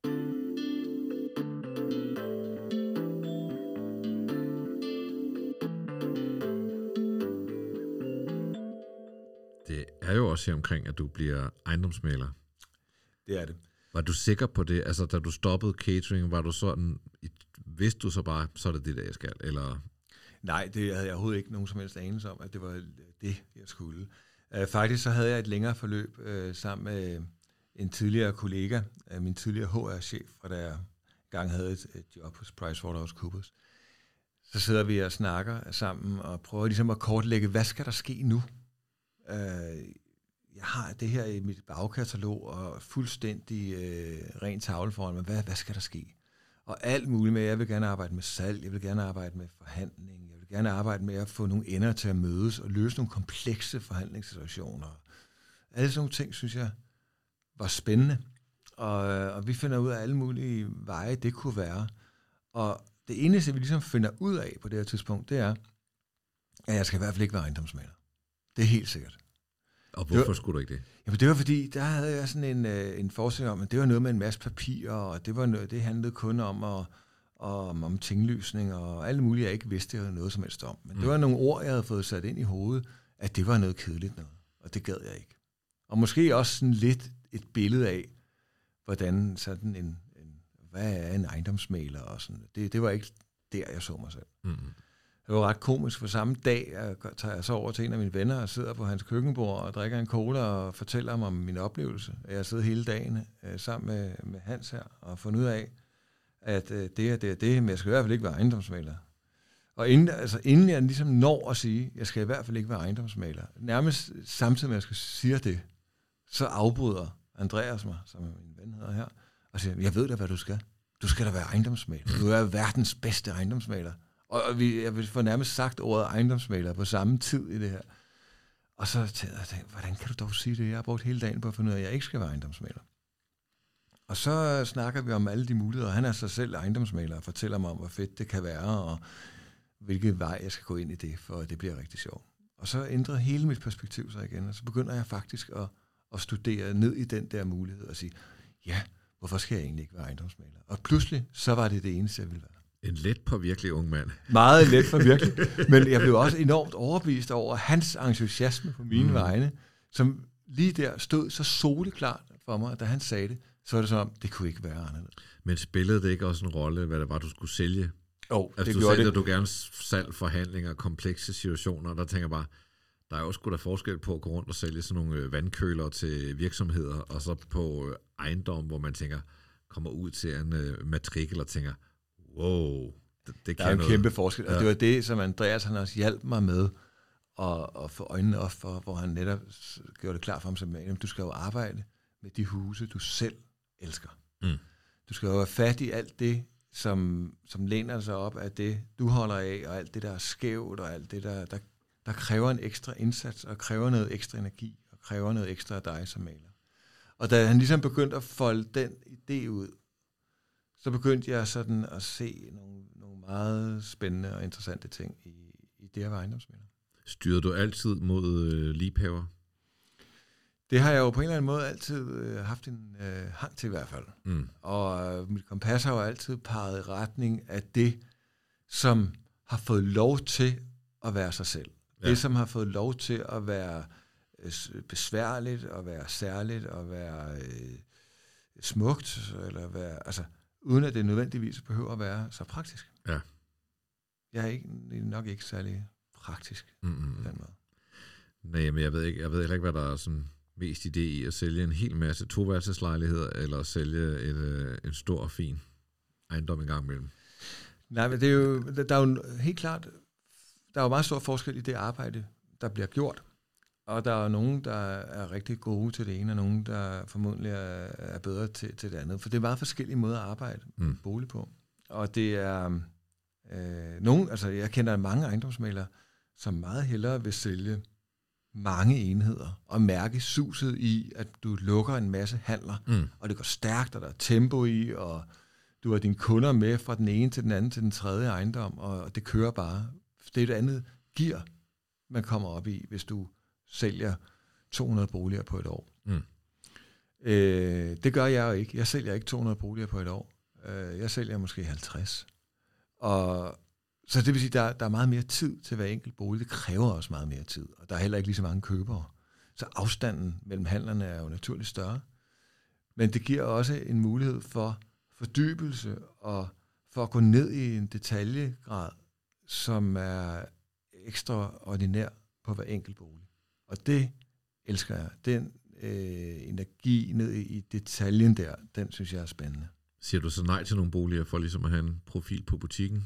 Det er jo også her omkring, at du bliver ejendomsmægler. Det er det. Var du sikker på det? Altså, da du stoppede catering, var du sådan, vidste du så bare, så er det det, der jeg skal? Eller? Nej, det havde jeg overhovedet ikke nogen som helst anelse om, at det var det, jeg skulle. Uh, faktisk så havde jeg et længere forløb uh, sammen med en tidligere kollega, min tidligere H R-chef, fra da jeg engang havde et, et job hos PricewaterhouseCoopers. Så sidder vi og snakker sammen og prøver ligesom at kortlægge, hvad skal der ske nu? Uh, jeg har det her i mit bagkatalog og fuldstændig uh, ren tavle foran mig. Hvad, hvad skal der ske? Og alt muligt med, jeg vil gerne arbejde med salg, jeg vil gerne arbejde med forhandling, jeg vil gerne arbejde med at få nogle ender til at mødes og løse nogle komplekse forhandlingssituationer. Alle sådan nogle ting, synes jeg, var spændende, og, og vi finder ud af alle mulige veje, det kunne være. Og det eneste, vi ligesom finder ud af på det her tidspunkt, det er, at jeg skal i hvert fald ikke være ejendomsmægler. Det er helt sikkert. Og hvorfor var, skulle du ikke det? Jamen det var fordi, der havde jeg sådan en, en forestilling om, at det var noget med en masse papirer, og det, var noget, det handlede kun om, at, om, om tinglysning, og alle mulige, jeg ikke vidste noget som helst om. Men mm. det var nogle ord, jeg havde fået sat ind i hovedet, at det var noget kedeligt noget, og det gad jeg ikke. Og måske også sådan lidt et billede af, hvordan sådan en, en hvad er en ejendomsmægler og sådan. Det, det var ikke der, jeg så mig selv. Mm-hmm. Det var ret komisk, for samme dag jeg tager jeg så over til en af mine venner og sidder på hans køkkenbord og drikker en cola og fortæller ham om min oplevelse. Jeg sidder hele dagen øh, sammen med, med Hans her og fundet ud af, at øh, det er det er det, men jeg skal i hvert fald ikke være ejendomsmægler. Og inden, altså, inden jeg ligesom når at sige, at jeg skal i hvert fald ikke være ejendomsmægler, nærmest samtidig med, at jeg skal sige det, så afbryder Andreas mig, som min ven hedder her, og siger, jeg ved da, hvad du skal. Du skal da være ejendomsmægler. Du er verdens bedste ejendomsmægler. Og vi, jeg vil få nærmest sagt ordet ejendomsmægler på samme tid i det her. Og så tænkte jeg, hvordan kan du dog sige det? Jeg har brugt hele dagen på at finde ud af, at jeg ikke skal være ejendomsmægler. Og så snakker vi om alle de muligheder. Han er sig selv ejendomsmægler og fortæller mig om, hvor fedt det kan være, og hvilken vej jeg skal gå ind i det, for det bliver rigtig sjovt. Og så ændrer hele mit perspektiv sig igen, og så begynder jeg faktisk at, at studere ned i den der mulighed og sige, ja, hvorfor skal jeg egentlig ikke være ejendomsmægler? Og pludselig, så var det det eneste, jeg ville være. En let på virkelig ung mand. Meget let på virkelig. Men jeg blev også enormt overbevist over hans entusiasme på mine mm. vegne, som lige der stod så soleklart for mig, da han sagde det, så var det som om, det kunne ikke være anderledes. Men spillede det ikke også en rolle, hvad det var, du skulle sælge? Jo, altså, det du sagde, det. at du gerne salg, forhandlinger, komplekse situationer, der tænker jeg bare, der er jo sgu da forskel på at gå rundt og sælge sådan nogle vandkøler til virksomheder, og så på ejendom, hvor man tænker, kommer ud til en uh, matrikel og tænker, wow, det, det der er en noget. Kæmpe forskel, og ja. Det var det, som Andreas han også hjalp mig med, at, at få øjnene op for, hvor han netop gjorde det klart for ham, som du skal jo arbejde med de huse, du selv elsker. Mm. Du skal jo have fat i alt det, som, som læner sig op af det, du holder af, og alt det, der er skævt, og alt det, der, der, der kræver en ekstra indsats, og kræver noget ekstra energi, og kræver noget ekstra af dig som maler. Og da han ligesom begyndte at folde den idé ud, så begyndte jeg sådan at se nogle, nogle meget spændende og interessante ting i, i det at være ejendomsmægler. Styrede du altid mod øh, liebhaver? Det har jeg jo på en eller anden måde altid øh, haft en øh, hang til i hvert fald. Mm. Og øh, mit kompas har jo altid peget i retning af det, som har fået lov til at være sig selv. Ja. Det, som har fået lov til at være besværligt, at være særligt, at være øh, smukt, eller være, altså, uden at det nødvendigvis behøver at være så praktisk. Ja. Jeg er ikke, nok ikke særlig praktisk Mm-hmm. på den måde. Nej, men jeg ved ikke, jeg ved heller ikke, hvad der er sådan mest idé i at sælge en hel masse toværelseslejligheder, eller at sælge et, øh, en stor og fin ejendom en gang imellem. Nej, men det er jo, der er jo helt klart, der er jo meget stor forskel i det arbejde, der bliver gjort. Og der er nogen, der er rigtig gode til det ene, og nogen, der formodentlig er, er bedre til, til det andet. For det er meget forskellige måder at arbejde mm. bolig på. Og det er øh, nogen, altså jeg kender mange ejendomsmæglere, som meget hellere vil sælge mange enheder, og mærke suset i, at du lukker en masse handler, mm. og det går stærkt, og der er tempo i, og du har dine kunder med fra den ene til den anden til den tredje ejendom, og det kører bare. Det er et andet gear, man kommer op i, hvis du sælger to hundrede boliger på et år. Mm. Øh, det gør jeg jo ikke. Jeg sælger ikke to hundrede boliger på et år. Øh, jeg sælger måske halvtreds. Og så det vil sige, der, der er meget mere tid til hver enkelt bolig. Det kræver også meget mere tid. Og der er heller ikke lige så mange købere. Så afstanden mellem handlerne er jo naturligt større. Men det giver også en mulighed for fordybelse og for at gå ned i en detaljegrad, som er ekstraordinær på hver enkelt bolig. Og det elsker jeg. Den øh, energi ned i detaljen der, den synes jeg er spændende. Siger du så nej til nogle boliger for ligesom at have en profil på butikken?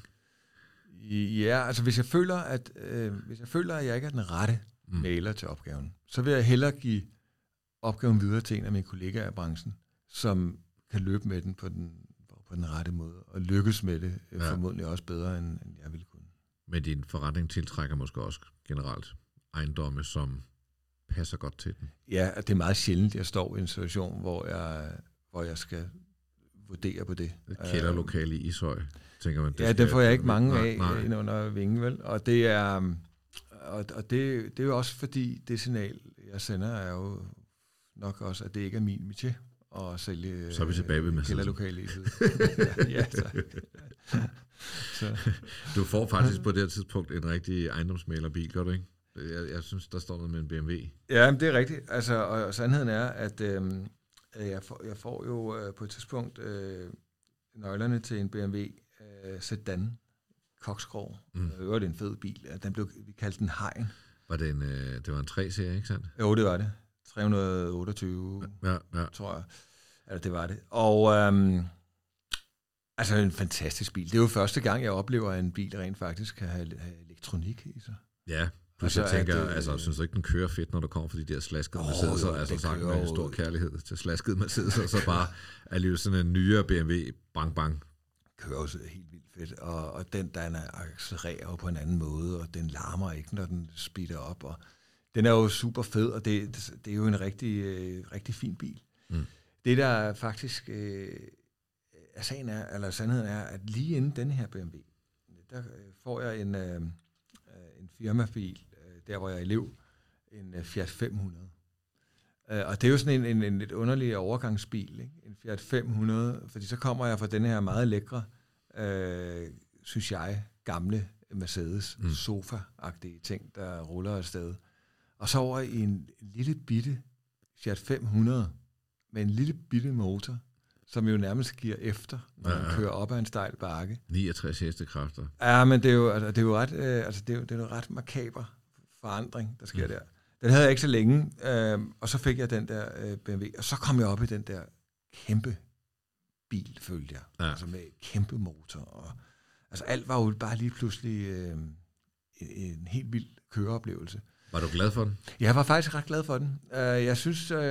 Ja, altså hvis jeg føler, at øh, hvis jeg føler, at jeg ikke er den rette mm. mailer til opgaven, så vil jeg hellere give opgaven videre til en af mine kollegaer i branchen, som kan løbe med den på den, på den rette måde, og lykkes med det øh, ja. formodentlig også bedre, end, end jeg ville kunne. Men din forretning tiltrækker måske også generelt ejendomme, som passer godt til den. Ja, det er meget sjældent, jeg står i en situation, hvor jeg, hvor jeg skal vurdere på det. Et kælderlokale i Ishøj, tænker man. Det ja, det får jeg ikke mange af nej, nej. ind under vingen, vel? Og det er, og, og det, det er jo også fordi, det signal, jeg sender, er jo nok også, at det ikke er min métier at sælge så er vi tilbage ved kælderlokale i ja, ja, så. Så. Du får faktisk på det her tidspunkt en rigtig ejendomsmæglerbil, gør du ikke? Jeg, jeg synes, der står noget med en B M W. Ja, det er rigtigt. Altså, og, og sandheden er, at øh, jeg, får, jeg får jo øh, på et tidspunkt øh, nøglerne til en B M W øh, Sedan Koksgrov. Mm. Det var en fed bil. Den blev, vi kaldte den Hegn. Var det en, øh, det var en tre-serie, ikke sandt? Jo, det var det. tre hundrede og otteogtyve, ja, ja. tror jeg. Altså, det var det. Og øh, altså, en fantastisk bil. Det er jo første gang, jeg oplever, at en bil rent faktisk kan have, have elektronik i sig. Ja, plus altså, jeg tænker, at, altså, synes du ikke, den kører fedt, når der kommer for de der slaskede oh, Mercedes'er, altså sagt med en stor kærlighed til slaskede Mercedes'er, så bare alligevel sådan en nyere B M W, bang bang. Kører også helt vildt fedt, og, og den, den accelererer jo på en anden måde, og den larmer ikke, når den speeder op, og den er jo super fed, og det, det, det er jo en rigtig, øh, rigtig fin bil. Mm. Det, der faktisk øh, er sagen er, eller sandheden er, at lige inden denne her B M W, der får jeg en, øh, en firmabil, øh, der hvor jeg er elev, en øh, Fiat fem hundrede. Øh, og det er jo sådan en, en, en lidt underlig overgangsbil, ikke? En Fiat fem hundrede, fordi så kommer jeg fra denne her meget lækre, øh, synes jeg, gamle Mercedes mm. sofa-agtige ting, der ruller afsted. Og så over i en lille bitte Fiat fem hundrede med en lille bitte motor, som jo nærmest giver efter, når ja, ja. man kører op ad en stejl bakke. niogtres hestekræfter. Ja, men det er jo, altså, det er jo ret, øh, altså, det er jo, det er jo ret makaber forandring, der sker mm. der. Den havde jeg ikke så længe, øh, og så fik jeg den der øh, B M W, og så kom jeg op i den der kæmpe bil, følte jeg. Ja. Altså med kæmpe motor. Og, altså alt var jo bare lige pludselig øh, en, en helt vild køreoplevelse. Var du glad for den? Jeg var faktisk ret glad for den. Uh, jeg synes, uh,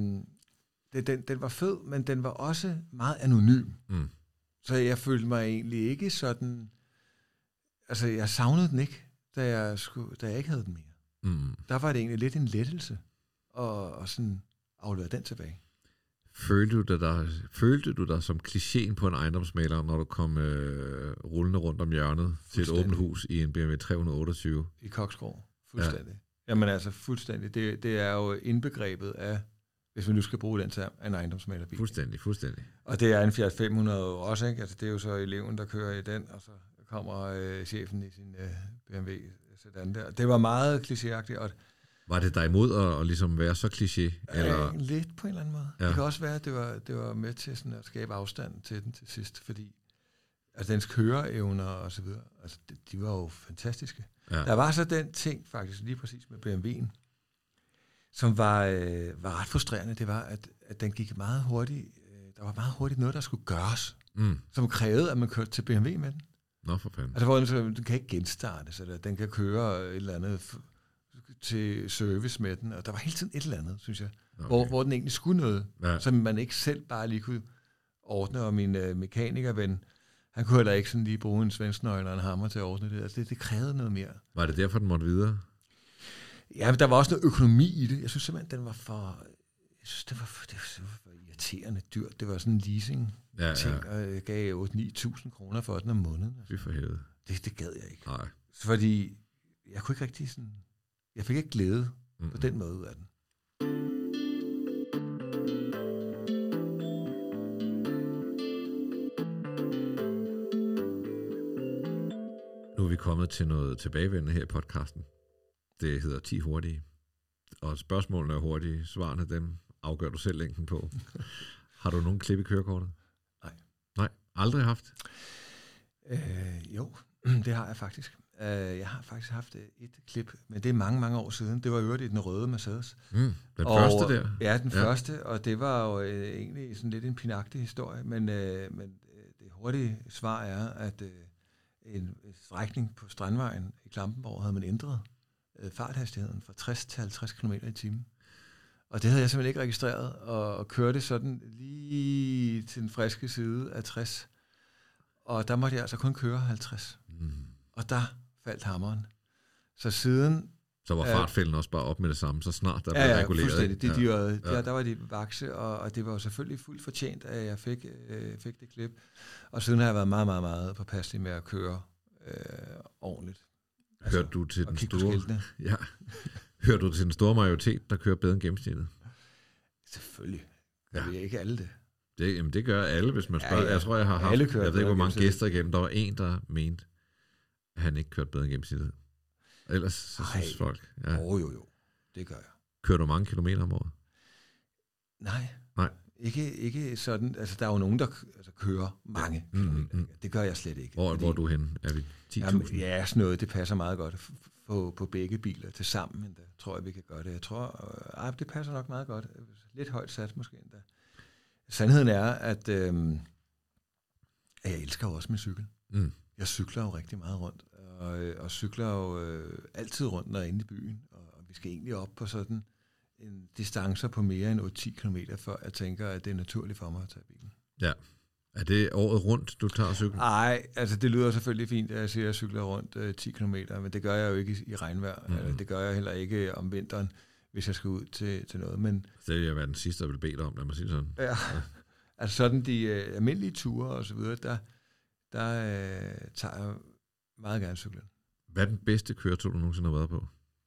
det, den, den var fed, men den var også meget anonym. Mm. Så jeg følte mig egentlig ikke sådan... Altså, jeg savnede den ikke, da jeg, skulle, da jeg ikke havde den mere. Mm. Der var det egentlig lidt en lettelse og, og sådan aflevere den tilbage. Følte du dig, der, følte du dig som klichéen på en ejendomsmægler, når du kom øh, rullende rundt om hjørnet til et åbent hus i en B M W tre hundrede og otteogtyve? I Koksgrov. Fuldstændig. Ja. Jamen altså, fuldstændig. Det, det er jo indbegrebet af, hvis vi nu skal bruge den til en ejendomsmæglerbil. Fuldstændig, fuldstændig. Og det er en Fiat fem hundrede også, ikke? Altså, det er jo så eleven, der kører i den, og så kommer øh, chefen i sin øh, B M W sådan der. Det var meget klichéagtigt. Og var det dig imod at, at ligesom være så kliché? Eller? Øh, lidt på en eller anden måde. Ja. Det kan også være, at det var, det var med til sådan at skabe afstand til den til sidst, fordi altså dens køreevner og så videre, altså de, de var jo fantastiske. Ja. Der var så den ting faktisk lige præcis med B M W'en, som var, øh, var ret frustrerende. Det var, at, at den gik meget hurtigt. Øh, der var meget hurtigt noget, der skulle gøres, mm. som krævede, at man kørte til B M W med den. Nå for fanden. Altså, hvor den, så, den kan ikke genstarte, så der, den kan køre et eller andet f- til service med den, og der var hele tiden et eller andet, synes jeg, okay. hvor, hvor den egentlig skulle noget, ja. Som man ikke selv bare lige kunne ordne, og min øh, mekanikerven, han kunne heller ikke sådan lige bruge en svensknøgle og en hammer til at ordne det. Altså, det, det krævede noget mere. Var det derfor, den måtte videre? Ja, men der var også noget økonomi i det. Jeg synes simpelthen, den var for... Jeg synes, det var for, det var for irriterende dyrt. Det var sådan en leasing ja, ting, ja. Og jeg gav otte til ni tusind kroner for den om måneden. Fy for helvede. Det, det gad jeg ikke. Nej. Fordi jeg kunne ikke rigtig sådan... Jeg fik ikke glæde mm-hmm. på den måde ud af den. Nu er vi kommet til noget tilbagevendende her i podcasten. Det hedder ti hurtige. Og spørgsmålene er hurtige. Svarene, dem afgør du selv længden på. Har du nogen klip i kørekortet? Nej. Nej, aldrig haft? Øh, jo, det har jeg faktisk. Uh, jeg har faktisk haft et klip, men det er mange, mange år siden. Det var i øvrigt i den røde Mercedes. Mm, den og, første der? Ja, den ja. første, og det var jo uh, egentlig sådan lidt en pinagtig historie, men, uh, men uh, det hurtige svar er, at uh, en, en strækning på Strandvejen i Klampenborg havde man ændret uh, farthastigheden fra tres til halvtreds kilometer i timen. Og det havde jeg simpelthen ikke registreret, og, og kørte sådan lige til den friske side af tres. Og der måtte jeg altså kun køre halvtreds. Mm. Og der faldt hammeren. Så siden... Så var fartfælden øh, også bare op med det samme, så snart der ja, blev ja, reguleret. Fuldstændig. De, de var, ja, der, der var de vakse, og, og det var jo selvfølgelig fuldt fortjent, at jeg fik, øh, fik det klip. Og siden har jeg været meget, meget, meget påpasselig med at køre øh, ordentligt. Altså, Hørte du til den store... Ja. Hørte du til den store majoritet, der kører bedre end gennemsnittet? Selvfølgelig. Jeg ved ikke alle det. Det, jamen det gør alle, hvis man spørger. Ja, ja. Jeg tror, jeg har haft, jeg ved ikke, hvor mange gæster igennem. Der var en, der mente, at han ikke kørte bedre end gennemsnittet. Ellers så Ej. synes folk... Ja. Jo, jo, jo. Det gør jeg. Kører du mange kilometer om året? Nej. Nej. Ikke, ikke sådan... Altså, der er jo nogen, der altså, kører mange mm, kilometer. Mm. Det gør jeg slet ikke. Hvor, fordi, hvor er du henne? Er vi ti tusind? Ja, sådan noget. Det passer meget godt på, på begge biler til sammen. Endda. Tror jeg, vi kan gøre det. Jeg tror... Øh, det passer nok meget godt. Lidt højt sat måske endda. Sandheden er, at, øh, at jeg elsker jo også min cykel. Mm. Jeg cykler jo rigtig meget rundt, og, og cykler jo øh, altid rundt, når jeg er inde i byen. Og, og vi skal egentlig op på sådan en distancer på mere end otte til ti kilometer, før jeg tænker, at det er naturligt for mig at tage bilen. Ja. Er det året rundt, du tager cyklen? Nej, altså det lyder selvfølgelig fint, at jeg siger, at jeg cykler rundt øh, ti kilometer, men det gør jeg jo ikke i, i regnvejr. Mm. Eller, det gør jeg heller ikke om vinteren, hvis jeg skal ud til, til noget. Men det vil jeg være den sidste, der vil bede dig om, lad mig sige sådan. Ja, ja. Altså sådan de øh, almindelige ture og så videre, der, der øh, tager jeg meget gerne cyklen. Hvad er den bedste køretur, du nogensinde har været på?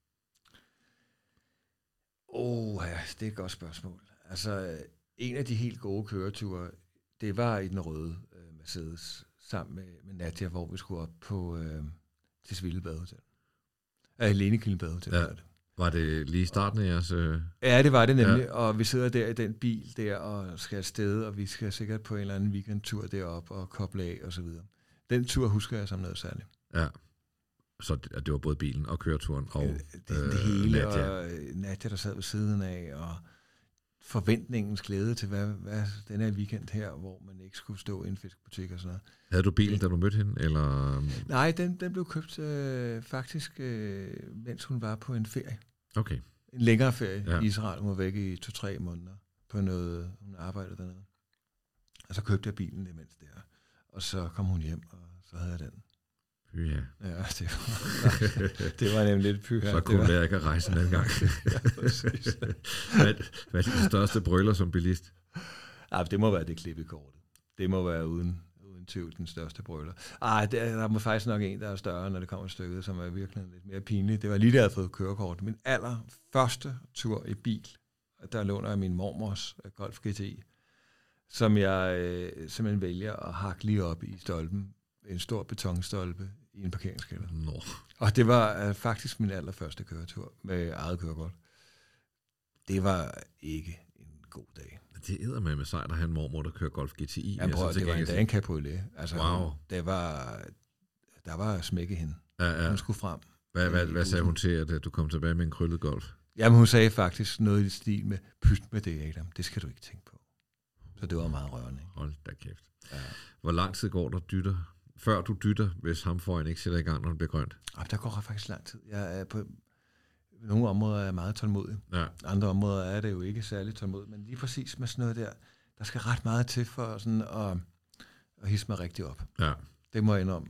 Åh, oh, ja, det er et godt spørgsmål. Altså, en af de helt gode køreture, det var i den røde øh, Mercedes, sammen med, med Nadia, hvor vi skulle op på øh, til Sville Badehotel. Øh, Lenekilden Badehotel. Ja. Var det lige i starten af jeres... Øh... Ja, det var det nemlig, ja. Og vi sidder der i den bil der og skal afsted, og vi skal sikkert på en eller anden weekendtur derop og koble af og så videre. Den tur husker jeg som noget særligt. Ja, så det, det var både bilen og køreturen og det, det, øh, det hele, Nadia. Og Nadia, der sad ved siden af, og forventningens glæde til, hvad, hvad den her weekend her, hvor man ikke skulle stå i en fiskbutik og sådan noget. Havde du bilen, da du mødte hende, eller...? Nej, den, den blev købt øh, faktisk, øh, mens hun var på en ferie. Okay. En længere ferie ja. i Israel. Hun var væk i to-tre måneder på noget, hun arbejdede dernede. Og så købte jeg bilen imens der. Og så kom hun hjem, og så havde jeg den. Pyha. Ja, det var, det var nemlig lidt pyha. Så kunne jeg ikke at rejse en anden gang. Ja, præcis. hvad, hvad er din største brøler som bilist? Ja, det må være det klip i kortet. Det må være uden, uden tvivl den største brøler. Ej, der, der må faktisk nok en, der er større, når det kommer et stykke, som er virkelig lidt mere pinligt. Det var lige da jeg havde fået kørekort. Min allerførste tur i bil, der låner jeg min mormors Golf G T I, som jeg øh, simpelthen vælger at hakke lige op i stolpen en stor betonstolpe i en parkeringskælder. Nå. Og det var uh, faktisk min allerførste køretur med eget kørekort. Det var ikke en god dag. Det æder med med sejt at have en mormor, der kører Golf G T I. Ja, bror, det var endda en cabriolet. Altså, wow. Det var, der var smæk i hende. Ja, ja. Hun skulle frem. Hvad, hvad, hvad sagde hun til, at du kom tilbage med en krøllet Golf? Jamen, hun sagde faktisk noget i stil med, pyst med det, Adam. Det skal du ikke tænke på. Så det var meget rørende. Ikke? Hold da kæft. Ja. Hvor lang tid går der dytter, før du dytter, hvis ham foran ikke sætter i gang, når det bliver grønt? Og der går faktisk lang tid. Jeg er på nogle områder er jeg meget tålmodig. Ja. Andre områder er det jo ikke særlig tålmodig. Men lige præcis med sådan noget der, der skal ret meget til for sådan at, at hisse mig rigtig op. Ja. Det må jeg indrømme.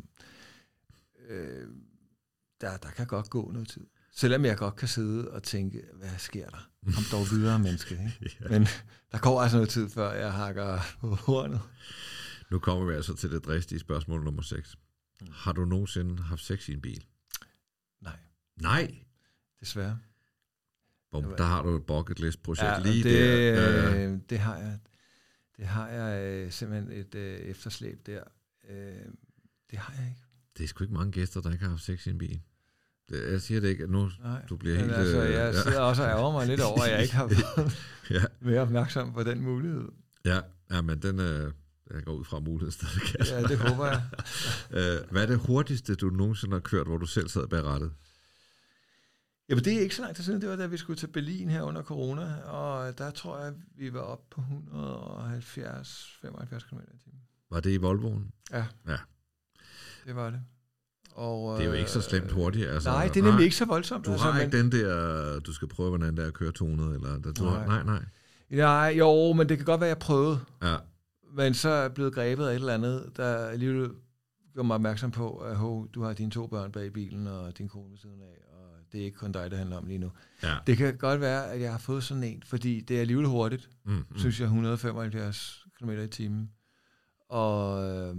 Øh, der, der kan godt gå noget tid. Selvom jeg godt kan sidde og tænke, hvad sker der? Kom dog videre, menneske. Ikke? Ja. Men der går altså noget tid, før jeg hakker på hornet. Nu kommer vi altså til det dristige spørgsmål nummer seks. Mm. Har du nogensinde haft sex i en bil? Nej. Nej? Desværre. Bom, der har du et bucket list projekt ja, lige det, der. Øh, det har jeg. Det har jeg øh, simpelthen et øh, efterslæb der. Øh, det har jeg ikke. Det er sgu ikke mange gæster, der ikke har haft sex i en bil. Det, jeg siger det ikke, at nu Nej, du bliver helt... Altså, jeg ja. sidder også og ærger mig lidt over, at jeg ikke har været ja. mere opmærksom på den mulighed. Ja, ja men den øh, jeg går ud fra muligheden stadig. Ja, det håber jeg. øh, hvad er det hurtigste, du nogensinde har kørt, hvor du selv sad bag rattet? Jamen, det er ikke så lang tid siden. Det var da vi skulle til Berlin her under corona, og der tror jeg, vi var oppe på et hundrede og halvfjerds til femoghalvfjerds kilometer i timen. Var det i Volvoen? Ja. Ja. Det var det. Og, det er jo ikke så slemt hurtigt. Altså, nej, det er nemlig ikke så voldsomt. Du altså, har men, ikke den der, du skal prøve, hvordan det er at køre to hundrede, eller der, du nej. Har, nej, nej. Nej, jo, men det kan godt være, at jeg prøvede. Ja. Men så er jeg blevet grebet af et eller andet, der alligevel gjorde mig opmærksom på, at ho, du har dine to børn bag bilen, og din kone ved siden af, og det er ikke kun dig, det handler om lige nu. Ja. Det kan godt være, at jeg har fået sådan en, fordi det er alligevel hurtigt, mm, mm. synes jeg, et hundrede og femoghalvfjerds kilometer i timen. Og øh,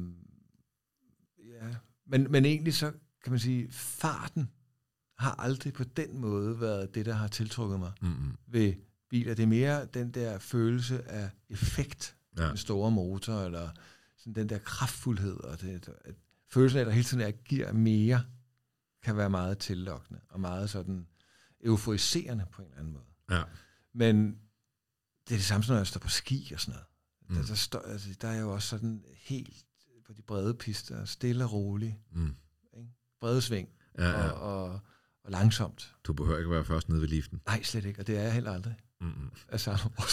ja, men, men egentlig så kan man sige, farten har aldrig på den måde været det, der har tiltrukket mig mm-hmm. ved biler. Det er mere den der følelse af effekt, ja. Den store motor, eller sådan den der kraftfuldhed, og det, at følelsen af, at der hele tiden er, giver mere, kan være meget tillokkende, og meget sådan euforiserende på en eller anden måde. Ja. Men det er det samme, når jeg står på ski og sådan noget. Mm. Der, der, står, altså, der er jo også sådan helt på de brede pister, stille og roligt, mm. ikke? Brede sving, ja, ja. Og, og, og langsomt. Du behøver ikke være først nede ved liften. Nej, slet ikke, og det er jeg heller aldrig. Mm-hmm. Altså,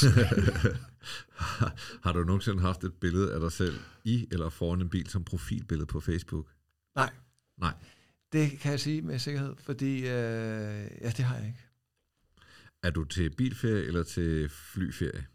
har, har du nogensinde haft et billede af dig selv i eller foran en bil som profilbillede på Facebook? Nej. Nej. Det kan jeg sige med sikkerhed, fordi øh, ja, det har jeg ikke. Er du til bilferie eller til flyferie?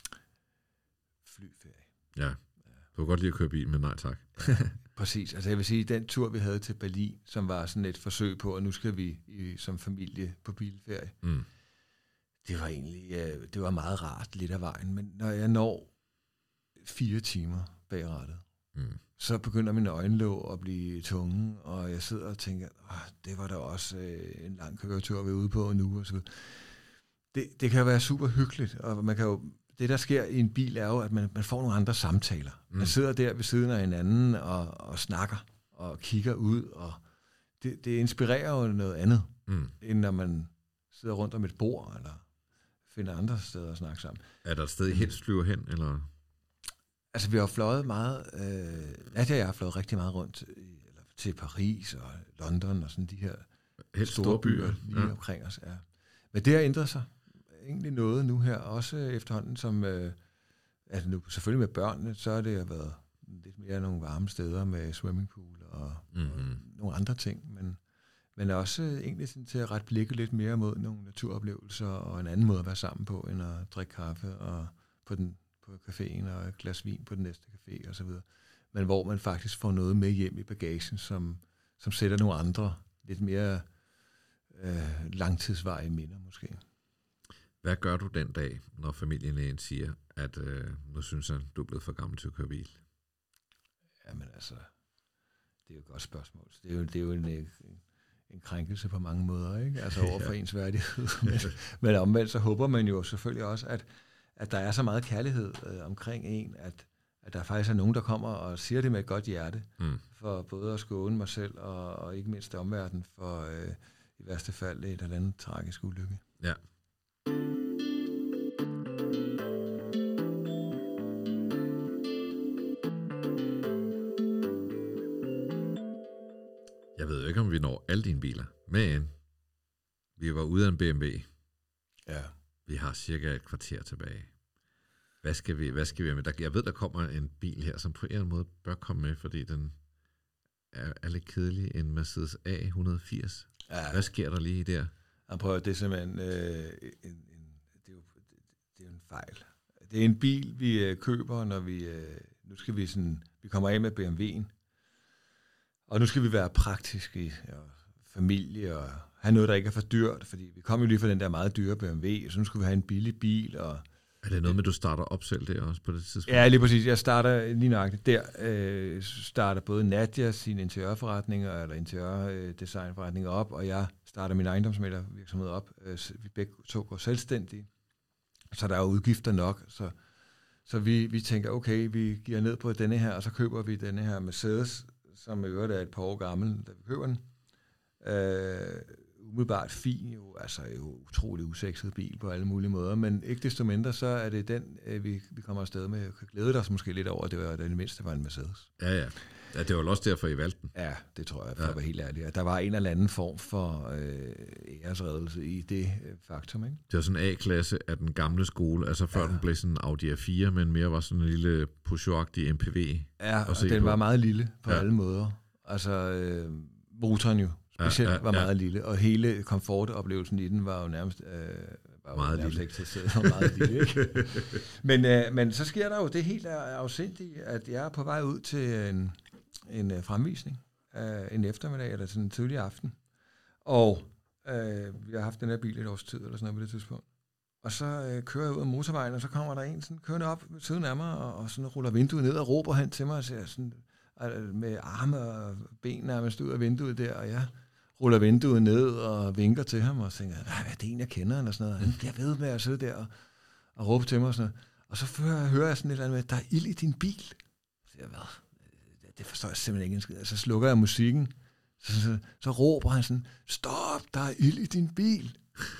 Flyferie. Ja. Du kan godt lide at køre bil, men nej tak. Præcis. Altså jeg vil sige, den tur, vi havde til Berlin, som var sådan et forsøg på, at nu skal vi i, som familie på bilferie, mm. det var egentlig, øh, det var meget rart lidt af vejen, men når jeg når fire timer bag rattet, mm. så begynder mine øjenlåg at blive tunge, og jeg sidder og tænker, det var da også øh, en lang køretur, vi er ude på nu, og så det, det kan jo være super hyggeligt, og man kan jo, det der sker i en bil er jo, at man, man får nogle andre samtaler. Mm. Man sidder der ved siden af hinanden og, og snakker og kigger ud, og det, det inspirerer jo noget andet, mm. end når man sidder rundt om et bord, eller finder andre steder at snakke sammen. Er der et sted, I helst flyver hen, eller? Altså, vi har fløjet meget, øh, Nadia og jeg har fløjet rigtig meget rundt eller til Paris og London og sådan de her helt store, store byer, byer lige ja. Omkring os. Ja. Men det har ændret sig egentlig noget nu her, også efterhånden som, øh, altså nu selvfølgelig med børnene, så har det været lidt mere nogle varme steder med swimmingpool og, mm-hmm. og nogle andre ting, men, men også egentlig sådan til at rette blikket lidt mere mod nogle naturoplevelser og en anden måde at være sammen på, end at drikke kaffe og på den på caféen og et glas vin på den næste café og så videre. Men hvor man faktisk får noget med hjem i bagagen, som, som sætter nogle andre, lidt mere øh, langtidsvarige minder måske. Hvad gør du den dag, når familielægen siger, at øh, nu synes jeg, du er blevet for gammel til at køre bil? Jamen altså, det er jo et godt spørgsmål. Det er jo, det er jo en, en, en krænkelse på mange måder, ikke? Altså over for ja. Ens værdighed. Men, men omvendt så håber man jo selvfølgelig også, at at der er så meget kærlighed øh, omkring en, at, at der faktisk er nogen, der kommer og siger det med et godt hjerte, mm. for både at skåne mig selv, og, og ikke mindst omverdenen, for øh, i værste fald et eller andet tragisk ulykke. Ja. Jeg ved jo ikke, om vi når alle dine biler, men vi var ude af en B M W. Ja. Vi har cirka et kvarter tilbage. Hvad skal vi, hvad skal vi med? Jeg ved, der kommer en bil her, som på en eller anden måde bør komme med, fordi den er, er lidt kedelig. En Mercedes A et hundrede og firs. Ja. Hvad sker der lige der? Jeg prøver, det er simpelthen øh, en, en, det er jo, det er en fejl. Det er en bil, vi øh, køber, når vi, øh, nu skal vi sådan, vi kommer af med B M W'en, og nu skal vi være praktiske, og familie, og have noget, der ikke er for dyrt, fordi vi kom jo lige fra den der meget dyre B M W, så nu skal vi have en billig bil, og er det noget med, du starter op selv der også på det tidspunkt? Ja, lige præcis. Jeg starter lige nøjagtigt der. Øh, starter både Nadia sin interiørforretninger, eller interiørdesignforretninger op, og jeg starter min ejendomsmæglervirksomhed op. Øh, vi begge to går selvstændige, så der er udgifter nok. Så, så vi, vi tænker, okay, vi giver ned på denne her, og så køber vi denne her Mercedes, som i øvrigt er et par år gammel, da vi køber den. Øh, umiddelbart fin, jo, altså jo utrolig usekset bil på alle mulige måder, men ikke desto mindre, så er det den, vi, vi kommer afsted med. Jeg kan glæde dig måske lidt over, det var det mindste, var en Mercedes. Ja, ja. Ja, det var også derfor, I valgte den. Ja, det tror jeg, for ja. at være helt ærlig. Der var en eller anden form for øh, æresredelse i det øh, faktum, ikke? Det var sådan en A-klasse af den gamle skole, altså før ja. den blev sådan en Audi A fire, men mere var sådan en lille Peugeot-agtig M P V. Ja, og den på. var meget lille på ja. alle måder. Altså, øh, motoren jo. Specielt ja, ja, var ja. meget lille, og hele komfortoplevelsen i den var jo nærmest, øh, var meget jo nærmest lille. ikke til stedet. Var meget lille, ikke? men, øh, men så sker der jo det helt afsindige, at jeg er på vej ud til en, en fremvisning øh, en eftermiddag, eller sådan en tidlig aften, og øh, vi har haft den her bil et års tid, eller sådan noget på det tidspunkt. Og så øh, kører jeg ud af motorvejen, og så kommer der en sådan kørende op ved siden af mig, og, og sådan ruller vinduet ned og råber hen til mig, og siger sådan, med arme og ben nærmest ud af vinduet der, og jeg ruller vinduet ned og vinker til ham, og tænker, hvad er det en, jeg kender, eller sådan noget. Han bliver ved med at sidde der og, og råbe til mig, og sådan noget. Og så hører, hører jeg sådan et eller andet med, der er ild i din bil. Så siger jeg, hvad? Det forstår jeg simpelthen ikke. Så slukker jeg musikken, så, så, så råber han sådan, stop, der er ild i din bil.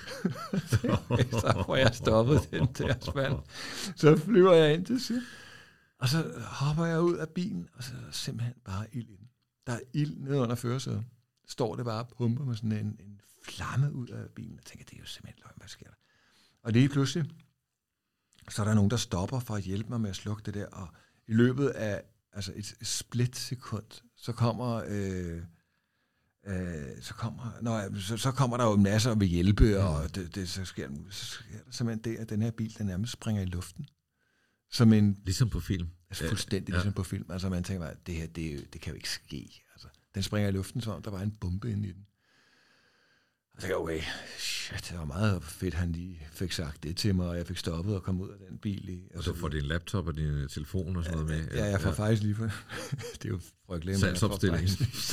Så får jeg stoppet den der spand. Så flyver jeg ind til siden. Og så hopper jeg ud af bilen, og så er der simpelthen bare ild i den. Der er ild nede under førersædet. Står det bare og pumper med sådan en, en flamme ud af bilen. Jeg tænker, det er jo simpelthen løgn, hvad sker der? Og lige pludselig, så er der nogen, der stopper for at hjælpe mig med at slukke det der. Og i løbet af altså et splitsekund, så kommer... Øh, øh, så kommer, nå, så, så kommer der jo masser af hjælpe, og det, det, så, sker, så sker der simpelthen det, at den her bil, den nærmest springer i luften. Som en, ligesom på film. Altså fuldstændig ja. ligesom på film. Altså man tænker, at det her, det, det kan jo ikke ske. Altså, den springer i luften, som om der var en bombe inde i den. Og så tænker jeg, okay, shit, det var meget fedt, han lige fik sagt det til mig, og jeg fik stoppet og komme ud af den bil. I, og, og så får din laptop og din telefon og sådan noget med. Ja, jeg får ja. faktisk lige for, det er jo frygteligt. Salgsopstilling.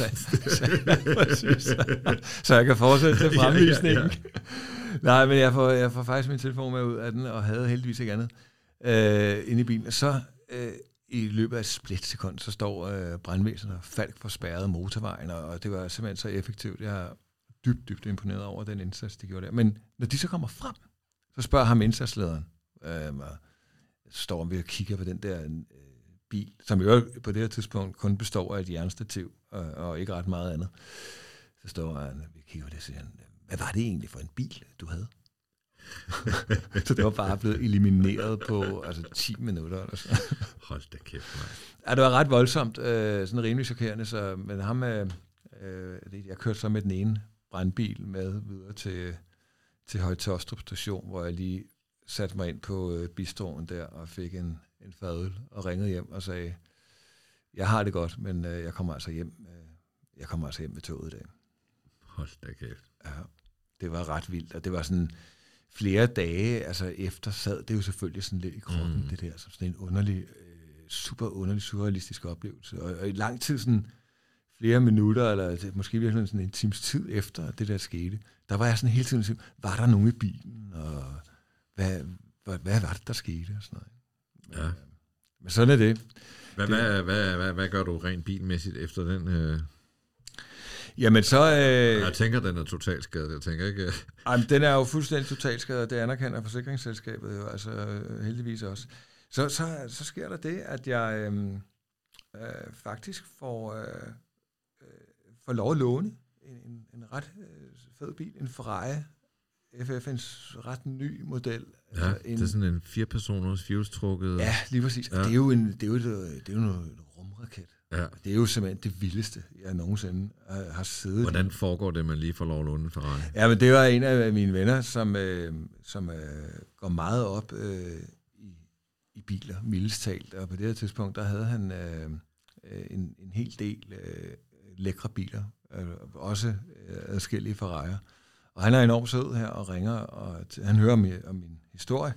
Så jeg kan fortsætte til fremvisningen. Ja, ja, ja. Nej, men jeg får, jeg får faktisk min telefon med ud af den, og havde heldigvis ikke andet. Øh, inde i bilen. Så øh, i løbet af et splitsekund, så står øh, brandvæsenet og Falk for spærret motorvejen, og, og det var simpelthen så effektivt. Jeg er dybt, dybt imponeret over den indsats, de gjorde der. Men når de så kommer frem, så spørger ham indsatslederen, øh, så står vi og kigger på den der øh, bil, som jo på det her tidspunkt kun består af et jernstativ, og, og ikke ret meget andet. Så står han, vi kigger på det og siger, hvad var det egentlig for en bil, du havde? Så det var bare blevet elimineret på altså ti minutter eller så. Hold da kæft, nej. Ja, det var ret voldsomt, øh, sådan rimelig chokerende, så, men ham, øh, jeg kørte så med den ene brandbil med videre til, til Høje-Taastrup station, hvor jeg lige satte mig ind på øh, bistroen der og fik en, en fadøl og ringede hjem og sagde, jeg har det godt, men øh, jeg kommer altså hjem, øh, jeg kommer altså hjem med toget i dag. Hold da kæft. Ja, det var ret vildt, og det var sådan flere dage, altså efter sad det jo selvfølgelig sådan lidt i kroppen, mm. det der, som sådan en underlig, øh, super underlig, surrealistisk oplevelse. Og, og i lang tid, sådan flere minutter, eller det, måske virkelig sådan en times tid efter det der skete, der var jeg sådan hele tiden, var der nogen i bilen, og hvad, hvad, hvad var det, der skete? Og sådan noget. Men, ja. øh, Men sådan er det. Hvad, det hvad, hvad, hvad, hvad gør du rent bilmæssigt efter den? Øh... Jamen så... Øh... Jeg tænker, den er totalt skadet. Jeg tænker ikke... Jamen, den er jo fuldstændig totalt skadet, det anerkender forsikringsselskabet jo, altså heldigvis også. Så, så, så sker der det, at jeg øh, øh, faktisk får, øh, øh, får lov at låne en, en, en ret øh, fed bil, en Ferrari F F, en ret ny model. Ja, altså en, det er sådan en fire-personers fjolstrukket... Ja, lige præcis. Ja. Det er jo en, det er jo, det er jo noget rumraket. Ja. Det er jo simpelthen det vildeste, jeg nogensinde har siddet. Hvordan foregår det, man lige får lov at låne en Ferrari? Ja, men det var en af mine venner, som, øh, som øh, går meget op øh, i, i biler, mildest talt. Og på det her tidspunkt, der havde han øh, en, en hel del øh, lækre biler. Øh, også øh, adskillige Ferrari'er. Og han er enormt sød her og ringer, og t- han hører om, om min historie.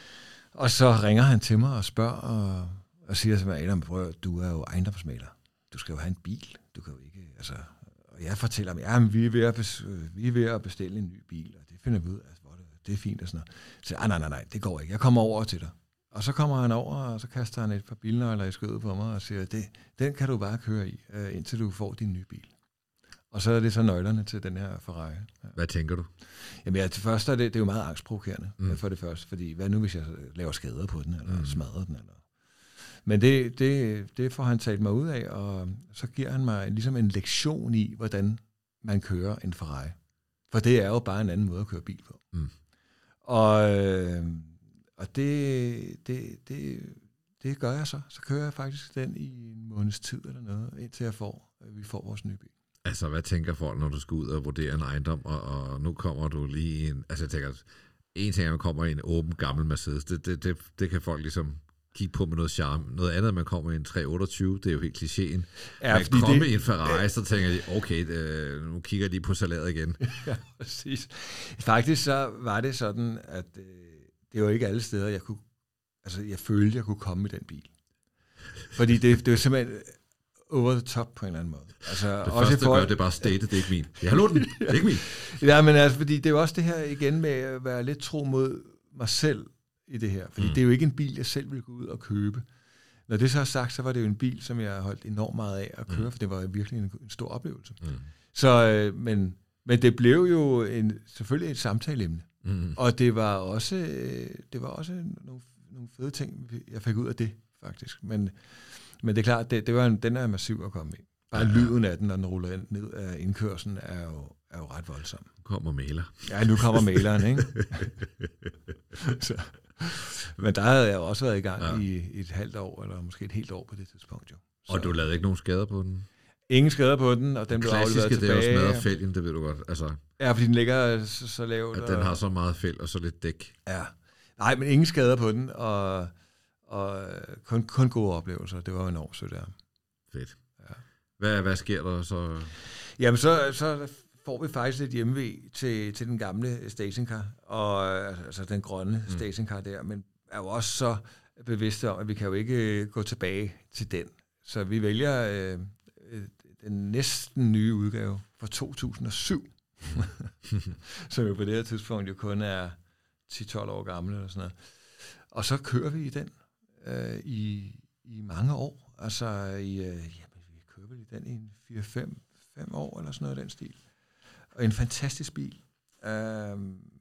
Og så ringer han til mig og spørger, og, og siger til mig, Adam, prøv, du er jo ejendomsmægler. Du skal jo have en bil. Du kan jo ikke, altså... Og jeg fortæller ham, ja, men vi er ved at, bes- vi er ved at bestille en ny bil, og det finder vi ud af, altså, hvor det, det er fint og sådan noget. Så jeg, nej, nej, nej, det går ikke. Jeg kommer over til dig. Og så kommer han over, og så kaster han et par bilnøgler i skødet på mig og siger, det, den kan du bare køre i, uh, indtil du får din nye bil. Og så er det så nøglerne til den her Ferrari. Ja. Hvad tænker du? Jamen ja, til først er det, det er jo meget angstprovokerende, mm. for det første, fordi hvad nu, hvis jeg laver skader på den, eller mm. smadrer den, eller... Men det, det, det får han talt mig ud af, og så giver han mig ligesom en lektion i, hvordan man kører en Ferrari. For det er jo bare en anden måde at køre bil på. Mm. Og, øh, og det, det, det, det gør jeg så. Så kører jeg faktisk den i en måneds tid eller noget, indtil jeg får, vi får vores nye bil. Altså, hvad tænker folk, når du skal ud og vurdere en ejendom, og, og nu kommer du lige i en... Altså, jeg tænker, en ting er, at man kommer i en åben, gammel Mercedes. Det, det, det, det kan folk ligesom kigge på med noget charme. Noget andet, at man kommer i en tre otteogtyve, det er jo helt klichéen. Ja, man kommer det, i en Ferrari, ja. Så tænker de, okay, det, nu kigger de på salatet igen. Ja, præcis. Faktisk så var det sådan, at øh, det var ikke alle steder, jeg kunne... Altså, jeg følte, jeg kunne komme i den bil. Fordi det, det var simpelthen... over the top på en eller anden måde. Altså, det også første, for, gør, det er bare stated, det er ikke min. Jeg har lånt den, det er ikke min. Ja, men altså, fordi det er jo også det her igen med at være lidt tro mod mig selv i det her. Fordi mm. det er jo ikke en bil, jeg selv vil gå ud og købe. Når det så er sagt, så var det jo en bil, som jeg har holdt enormt meget af at køre, mm. for det var virkelig en, en stor oplevelse. Mm. Så, øh, men, men det blev jo en, selvfølgelig et samtaleemne. Mm. Og det var også, øh, det var også nogle, nogle fede ting, jeg fik ud af det, faktisk. Men Men det er klart, det, det var en, den er massiv at komme i. Bare ja, ja. Lyden af den, når den ruller ned af indkørslen, er jo, er jo ret voldsom. Nu kommer mailer. Ja, nu kommer maileren, ikke? Så. Men der havde jeg jo også været i gang ja. i et halvt år, eller måske et helt år på det tidspunkt. Jo. Så. Og du lavede ikke nogen skader på den? Ingen skader på den, og den blev afleveret tilbage. Klassiske, det er jo smadret fælgen, det ved du godt. Altså, ja, fordi den ligger så, så lavt. At den har så meget fæld og så lidt dæk. Ja. Nej, men ingen skader på den, og... Og kun, kun gode oplevelser. Det var jo enormt sødt, ja. Fedt. Ja. Hvad, hvad sker der så? Jamen, så, så får vi faktisk et hjemmevæg til, til den gamle stationcar, og altså den grønne mm. stationcar der, men er jo også så bevidste om, at vi kan jo ikke gå tilbage til den. Så vi vælger øh, den næsten nye udgave fra to tusind og syv, som jo på det her tidspunkt jo kun er ti til tolv år gammel eller sådan noget. Og så kører vi i den øh, i, i mange år. Altså, i, øh, jamen, vi kører vel i den i en fire fem år eller sådan noget af den stil. Og en fantastisk bil. Uh,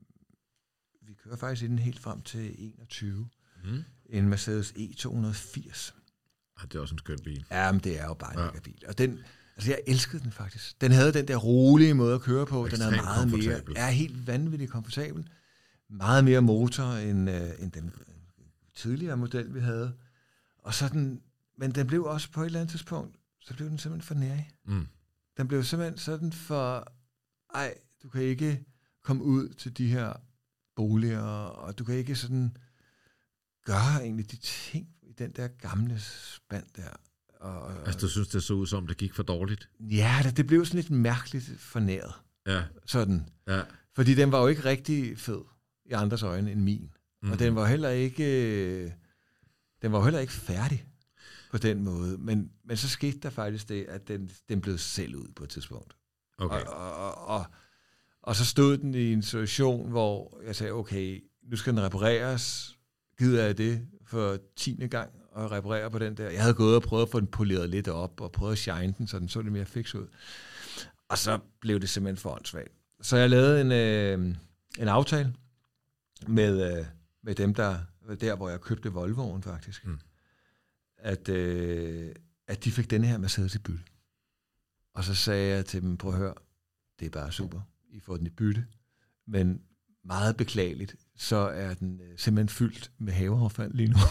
vi kører faktisk i den helt frem til enogtyve. Mm. En Mercedes E to hundrede og firs. Ja, det er også en skøn bil. Ja, men det er jo bare en ja. bil. Og den, altså jeg elskede den faktisk. Den havde den der rolige måde at køre på. Ekstremt den er meget mere, er helt vanvittigt komfortabel. Meget mere motor end, øh, end den tidligere model, vi havde. Og så den, men den blev også på et eller andet tidspunkt, så blev den simpelthen for nærig. Mm. Den blev simpelthen sådan for, ej, du kan ikke komme ud til de her boliger, og du kan ikke sådan gøre egentlig de ting i den der gamle spand der. Og, og, altså, du synes, det så ud som, det gik for dårligt? Ja, det, det blev sådan lidt mærkeligt fornæret. Ja. Sådan. Ja. Fordi den var jo ikke rigtig fed i andres øjne end min. Mm-hmm. Og den var heller ikke den var heller ikke færdig på den måde. Men, men så skete der faktisk det, at den, den blev selv ud på et tidspunkt. Okay. Og, og, og, og, og så stod den i en situation, hvor jeg sagde, okay, nu skal den repareres. Gider jeg det for tiende gang? og reparere på den der. Jeg havde gået og prøvet at få den poleret lidt op, og prøvet at shine den, så den så lidt mere fix ud. Og så blev det simpelthen for åndssvagt. Så jeg lavede en, øh, en aftale med, øh, med dem, der der, hvor jeg købte Volvoen faktisk, mm. at, øh, at de fik denne her Mercedes i bytte. Og så sagde jeg til dem, prøv at høre, det er bare super, I får den i bytte, men meget beklageligt, så er den øh, simpelthen fyldt med haveaffald lige nu.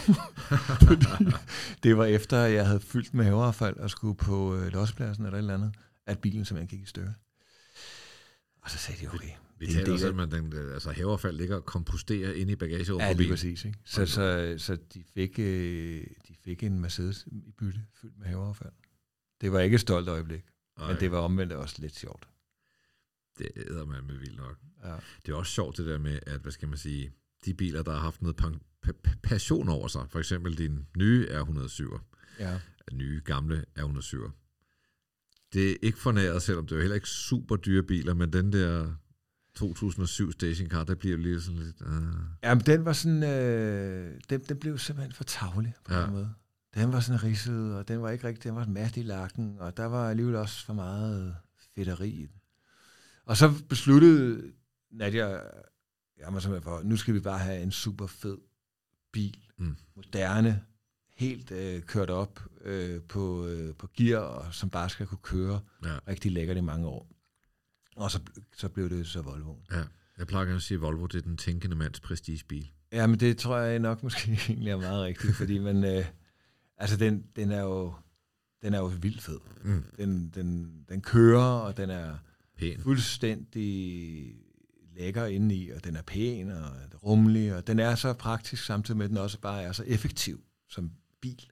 Det var efter, jeg havde fyldt med haveaffald og skulle på øh, lossepladsen eller et eller andet, at bilen simpelthen gik i stykker. Og så sagde de, okay. Vi taler også, at man, den, altså, haveaffald ligger og komposterer inde i bagagerummet ja, på bilen. Ja, præcis. Ikke? Så, så, så de, fik, øh, de fik en Mercedes i bytte fyldt med haveaffald. Det var ikke et stolt øjeblik, Ej. men det var omvendt også lidt sjovt. Det æder man med vildt nok. Ja. Det er også sjovt det der med, at, hvad skal man sige, de biler, der har haft noget passion over sig, for eksempel din nye R et hundrede og syv, ja. nye gamle R et hundrede og syv. Det er ikke fornæret, selvom det er heller ikke super dyre biler, men den der to tusind og syv stationcar, der bliver jo lige sådan lidt... Uh... Jamen, den var sådan... Øh, den, den blev simpelthen for tavlig på ja. en måde. Den var sådan ridset, og den var ikke rigtig... Den var mat i lakken, og der var alligevel også for meget fedteri i den. Og så besluttede Nadia, jeg må simpelthen for, nu skal vi bare have en super fed bil, mm. moderne, helt øh, kørt op øh, på, øh, på gear, og som bare skal kunne køre ja. rigtig lækkert i mange år. Og så, så blev det så Volvo. Ja, jeg plejer gerne at sige, at Volvo det er den tænkende mands prestigebil. Ja, men det tror jeg nok måske egentlig er meget rigtigt, fordi man, øh, altså den, den er jo den er jo vildt fed. Mm. Den, den, den kører, og den er pæn. Fuldstændig lækker indeni, og den er pæn og rummelig, og den er så praktisk, samtidig med, at den også bare er så effektiv som bil.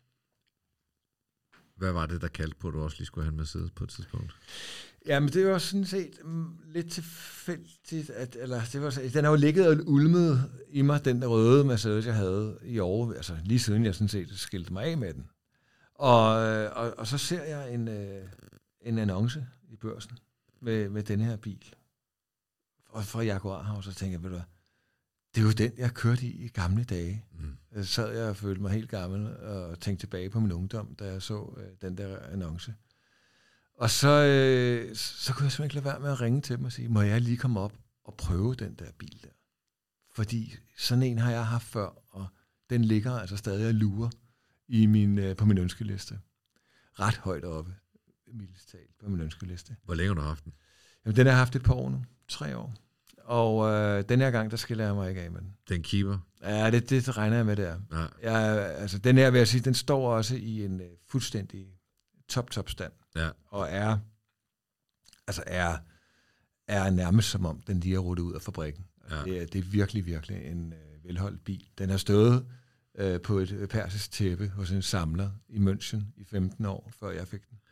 Hvad var det, der kaldte på, at du også lige skulle have en Mercedes på et tidspunkt? Jamen, det var sådan set um, lidt tilfældigt, at, eller det var, den har jo ligget og ulmet i mig, den der røde Mercedes, jeg havde i år, altså lige siden jeg sådan set skilte mig af med den. Og, og, og så ser jeg en, øh, en annonce i Børsen med, med den her bil fra Jaguar, og så tænker jeg, ved du hvad, det er jo den, jeg kørte i i gamle dage. Mm. Så sad jeg og følte mig helt gammel og tænkte tilbage på min ungdom, da jeg så øh, den der annonce. Og så, øh, så kunne jeg simpelthen ikke lade være med at ringe til dem og sige, må jeg lige komme op og prøve den der bil der? Fordi sådan en har jeg haft før, og den ligger altså stadig og lurer i min, øh, på min ønskeliste. Ret højt oppe, mildest talt, på min ønskeliste. Hvor længe har du haft den? Jamen, den har jeg haft et par år nu. Tre år. Og øh, den her gang, der skiller jeg mig ikke af med den. Den keeper? Ja, det, det regner jeg med, det er. Ja. Jeg, altså, den her, vil jeg sige, den står også i en uh, fuldstændig top-top stand. Ja. Og er, altså er, er nærmest som om, den lige er ruttet ud af fabrikken. Ja. Det, er, det er virkelig, virkelig en uh, velholdt bil. Den har stået uh, på et persisk tæppe hos en samler i München i femten år, før jeg fik den.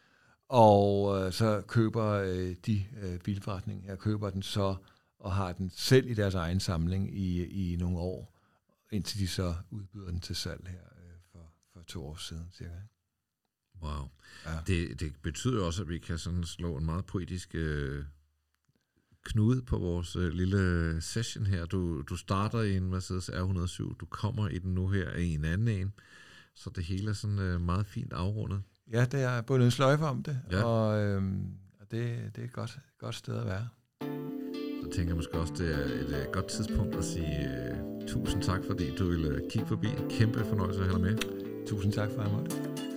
Og uh, så køber uh, de uh, bilforretninger her, køber den så, og har den selv i deres egen samling i, i nogle år, indtil de så udbyder den til salg her øh, for, for to år siden cirka. Wow. Ja. Det, det betyder også, at vi kan sådan slå en meget poetisk øh, knude på vores øh, lille session her. Du, du starter i en Mercedes R et hundrede og syv, du kommer i den nu her i en anden en, så det hele er sådan øh, meget fint afrundet. Ja, det er bundet en sløjfe om det, ja. og, øh, og det, det er et godt, godt sted at være. Så tænker jeg måske også, det er et, et godt tidspunkt at sige uh, tusind tak, fordi du ville kigge forbi. Kæmpe fornøjelse at have dig med. Tusind tak for, at jeg måtte.